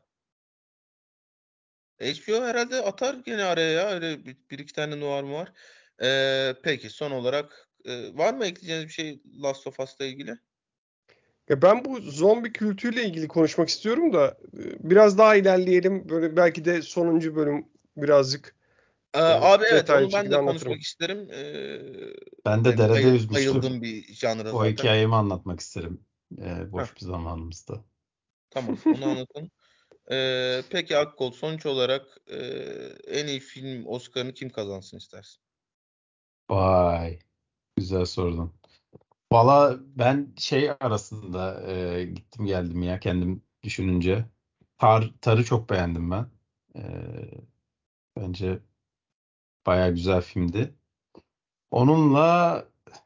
H B O herhalde atar gene araya ya. Öyle bir, bir iki tane noir mu var? Ee, peki son olarak e, var mı ekleyeceğiniz bir şey Last of Us'la ilgili? Ya ben bu zombi kültürüyle ilgili konuşmak istiyorum da e, biraz daha ilerleyelim. Böyle belki de sonuncu bölüm birazcık Ee, e, abi evet detaylı bir onu ben şekilde de konuşmak anlatırım. isterim. Ee, Ben de benim derede bayıl, yüzmüştüm. bayıldığım bir janra O zaten. hikayemi anlatmak isterim. e, Heh, boş bir zamanımızda. tamam onu anlatın. Ee, peki Akkol sonuç olarak e, en iyi film Oscar'ını kim kazansın istersin? Vay, güzel sordun. Valla ben şey arasında e, gittim geldim ya kendim düşününce. Tar, Tar'ı çok beğendim ben. E, bence baya güzel filmdi. Onunla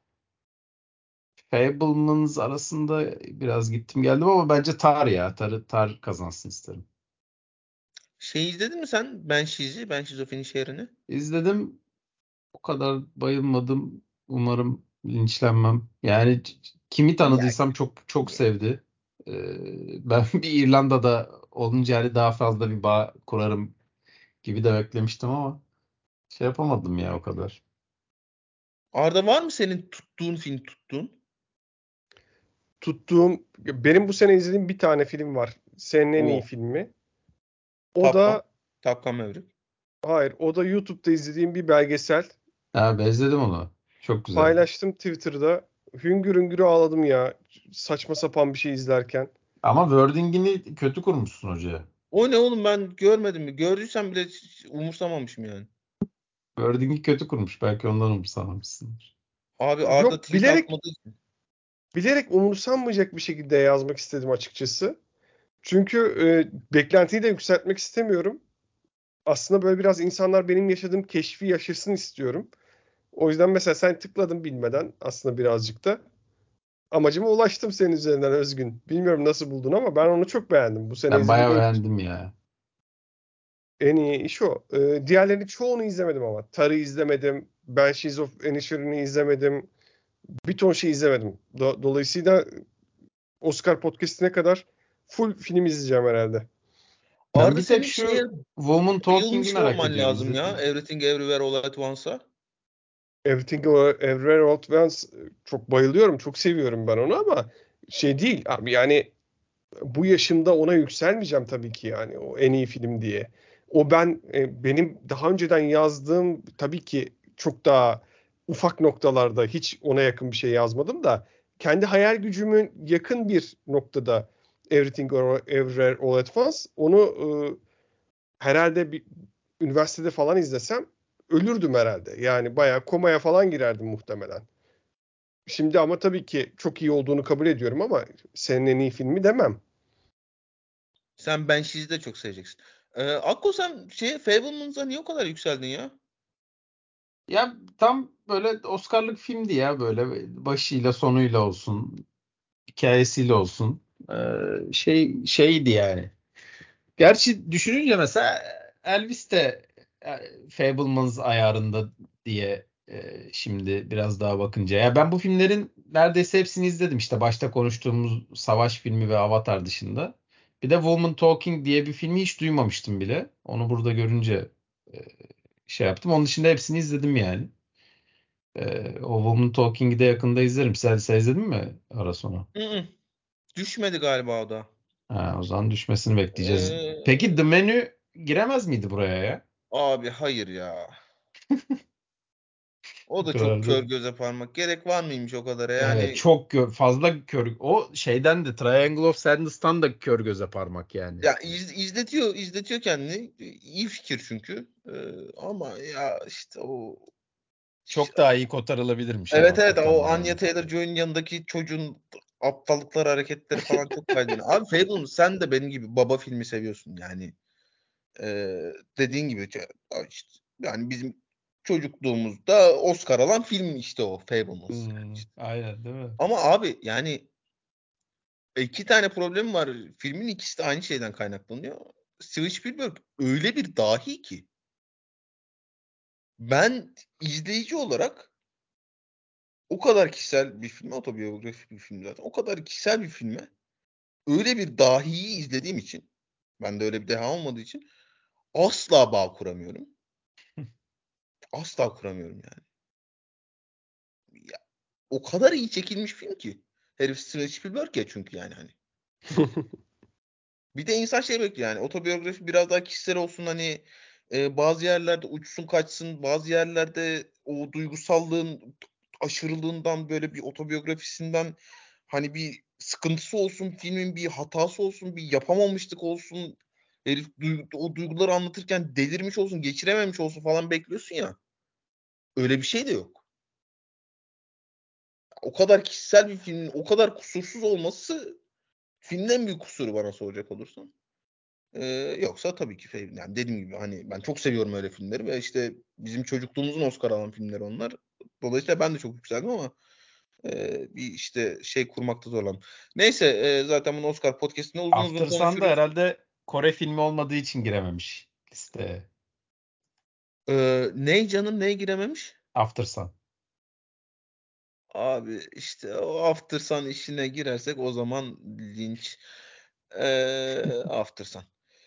Fablemans arasında biraz gittim geldim ama bence Tar ya. Tar, Tar kazansın isterim. Şey izledin mi sen? Banshes'i, Banshees of Inisherin'i? İzledim. O kadar bayılmadım. Umarım linçlenmem. Yani c- c- kimi Ya, tanıdıysam çok çok ya. sevdi. Ee, ben bir İrlanda'da olunca hani daha fazla bir bağ kurarım gibi de beklemiştim ama şey yapamadım ya o kadar. Arda var mı senin tuttuğun film tuttuğun? Tuttuğum, benim bu sene izlediğim bir tane film var. Senenin en iyi O filmi. O Top Gun. da Top Gun Maverick. hayır, o da YouTube'da izlediğim bir belgesel. Ha, ben izledim onu. Çok güzel. Paylaştım Twitter'da. Hüngür hüngür ağladım ya. Saçma sapan bir şey izlerken. Ama wording'ini kötü kurmuşsun hocaya. O ne oğlum ben görmedim mi? Gördüysem bile hiç umursamamışım yani. Wording'i kötü kurmuş. Belki ondan umursamamışsındır. Abi Arda Yok, tweet bilerek atmadığı için. bilerek umursanmayacak bir şekilde yazmak istedim açıkçası. Çünkü e, beklentiyi de yükseltmek istemiyorum. Aslında böyle biraz insanlar benim yaşadığım keşfi yaşasın istiyorum. O yüzden mesela sen tıkladın bilmeden aslında birazcık da. Amacıma ulaştım senin üzerinden Özgün. Bilmiyorum nasıl buldun ama ben onu çok beğendim. Bu sene Ben bayağı izlediğim beğendim ya. en iyi iş o. Ee, diğerlerinin çoğunu izlemedim ama. Tar'ı izlemedim. Banshees of Inisherin'i izlemedim. Bir ton şey izlemedim. Do- Dolayısıyla Oscar podcast'ine kadar full film izleyeceğim herhalde. Ben Arada bir tek senin şeye şu Woman Talking'i bayılmış merak olman ediyorum. lazım İzledin ya. mi? Everything Everywhere All at Once'a. Everything Everywhere All at Once çok bayılıyorum. Çok seviyorum ben onu ama şey değil abi yani bu yaşımda ona yükselmeyeceğim tabii ki yani o en iyi film diye. O ben e, benim daha önceden yazdığım tabii ki çok daha ufak noktalarda hiç ona yakın bir şey yazmadım da kendi hayal gücümün yakın bir noktada Everything Everywhere All at Once onu e, herhalde bir üniversitede falan izlesem ölürdüm herhalde. Yani bayağı komaya falan girerdim muhtemelen. Şimdi ama tabii ki çok iyi olduğunu kabul ediyorum ama senin en iyi filmi demem. Sen Banshes'i de çok seveceksin. Ee, Akko sen şey Fableman's'a niye o kadar yükseldin ya? Ya tam böyle Oscar'lık filmdi ya, böyle başıyla sonuyla olsun, hikayesiyle olsun. Ee, şey şeydi yani. Gerçi düşününce mesela Elvis de e, Fabelmans ayarında diye e, şimdi biraz daha bakınca. Ya ben bu filmlerin neredeyse hepsini izledim. İşte başta konuştuğumuz savaş filmi ve Avatar dışında. Bir de Woman Talking diye bir filmi hiç duymamıştım bile. Onu burada görünce e, şey yaptım. Onun dışında hepsini izledim yani. E, o Woman Talking'i de yakında izlerim. Sen, sen izledin mi ara sonu? Hı-hı. Düşmedi galiba o da. Ha, o zaman düşmesini bekleyeceğiz. Peki The Ee, Menu giremez miydi buraya ya? abi hayır ya. O Bu da çok kadar da. kör göze parmak. Gerek var mıymış o kadar Evet, yani? çok gö- fazla kör. O şeyden de Triangle of Sadness'tan da kör göze parmak yani. Ya iz, izletiyor, izletiyor kendini. İyi fikir çünkü. Ee, ama ya işte o Çok daha iyi kotarılabilirmiş ama evet evet hakikaten o Anya yani. Taylor-Joy'un yanındaki çocuğun aptallıkları, hareketleri falan çok kaydını. Abi Fableman sen de benim gibi baba filmi seviyorsun yani. Ee, dediğin gibi işte, yani bizim çocukluğumuzda Oscar alan film işte o Fablemans. Yani Hmm, işte. aynen değil mi? Ama abi yani iki tane problem var. Filmin ikisi de aynı şeyden kaynaklanıyor. Steven Spielberg öyle bir dahi ki ben izleyici olarak o kadar kişisel bir filme, otobiyografik bir film zaten. O kadar kişisel bir filme öyle bir dahiyi izlediğim için, ben de öyle bir deha olmadığı için asla bağ kuramıyorum. Asla kuramıyorum yani. Ya, o kadar iyi çekilmiş film ki. Herif Steven Spielberg ya çünkü yani hani. Bir de insan şey bekliyor yani otobiyografi biraz daha kişisel olsun hani e, bazı yerlerde uçsun kaçsın bazı yerlerde o duygusallığın aşırılığından böyle bir otobiyografisinden hani bir sıkıntısı olsun filmin bir hatası olsun bir yapamamışlık olsun herif duygu- o duyguları anlatırken delirmiş olsun geçirememiş olsun falan bekliyorsun ya öyle bir şey de yok. O kadar kişisel bir filmin o kadar kusursuz olması filmin en büyük kusuru bana soracak olursan. Ee, yoksa tabii ki Fable. Yani dediğim gibi hani ben çok seviyorum öyle filmleri ve işte bizim çocukluğumuzun Oscar alan filmleri onlar. Dolayısıyla ben de çok yükseldim ama e, bir işte şey kurmakta zorlandım. Neyse e, zaten bunu Oscar podcast'inde uzun uzun After Sun da konuşuruz. herhalde Kore filmi olmadığı için girememiş listeye. Ee, ney canım ney girememiş? After Sun. Abi işte o After Sun işine girersek o zaman linç. Ee, After Sun.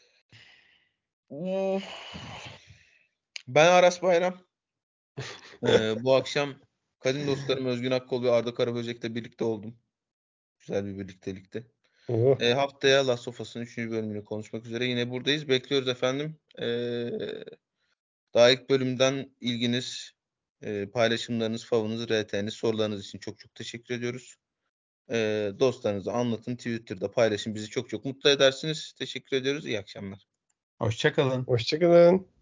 Of. Ben Aras Bayram. Ee, bu akşam kadim dostlarım Özgün Akkol ve Arda Karaböcek'le birlikte oldum. Güzel bir birliktelikte. Oh. Ee, haftaya Last of Us'ın üçüncü bölümünü konuşmak üzere yine buradayız. Bekliyoruz efendim. Ee, daha ilk bölümden ilginiz, e, paylaşımlarınız, favınız, R T'niz, sorularınız için çok çok teşekkür ediyoruz. Ee, dostlarınıza anlatın, Twitter'da paylaşın. Bizi çok çok mutlu edersiniz. Teşekkür ediyoruz. İyi akşamlar. Hoşça kalın. Hoşçakalın.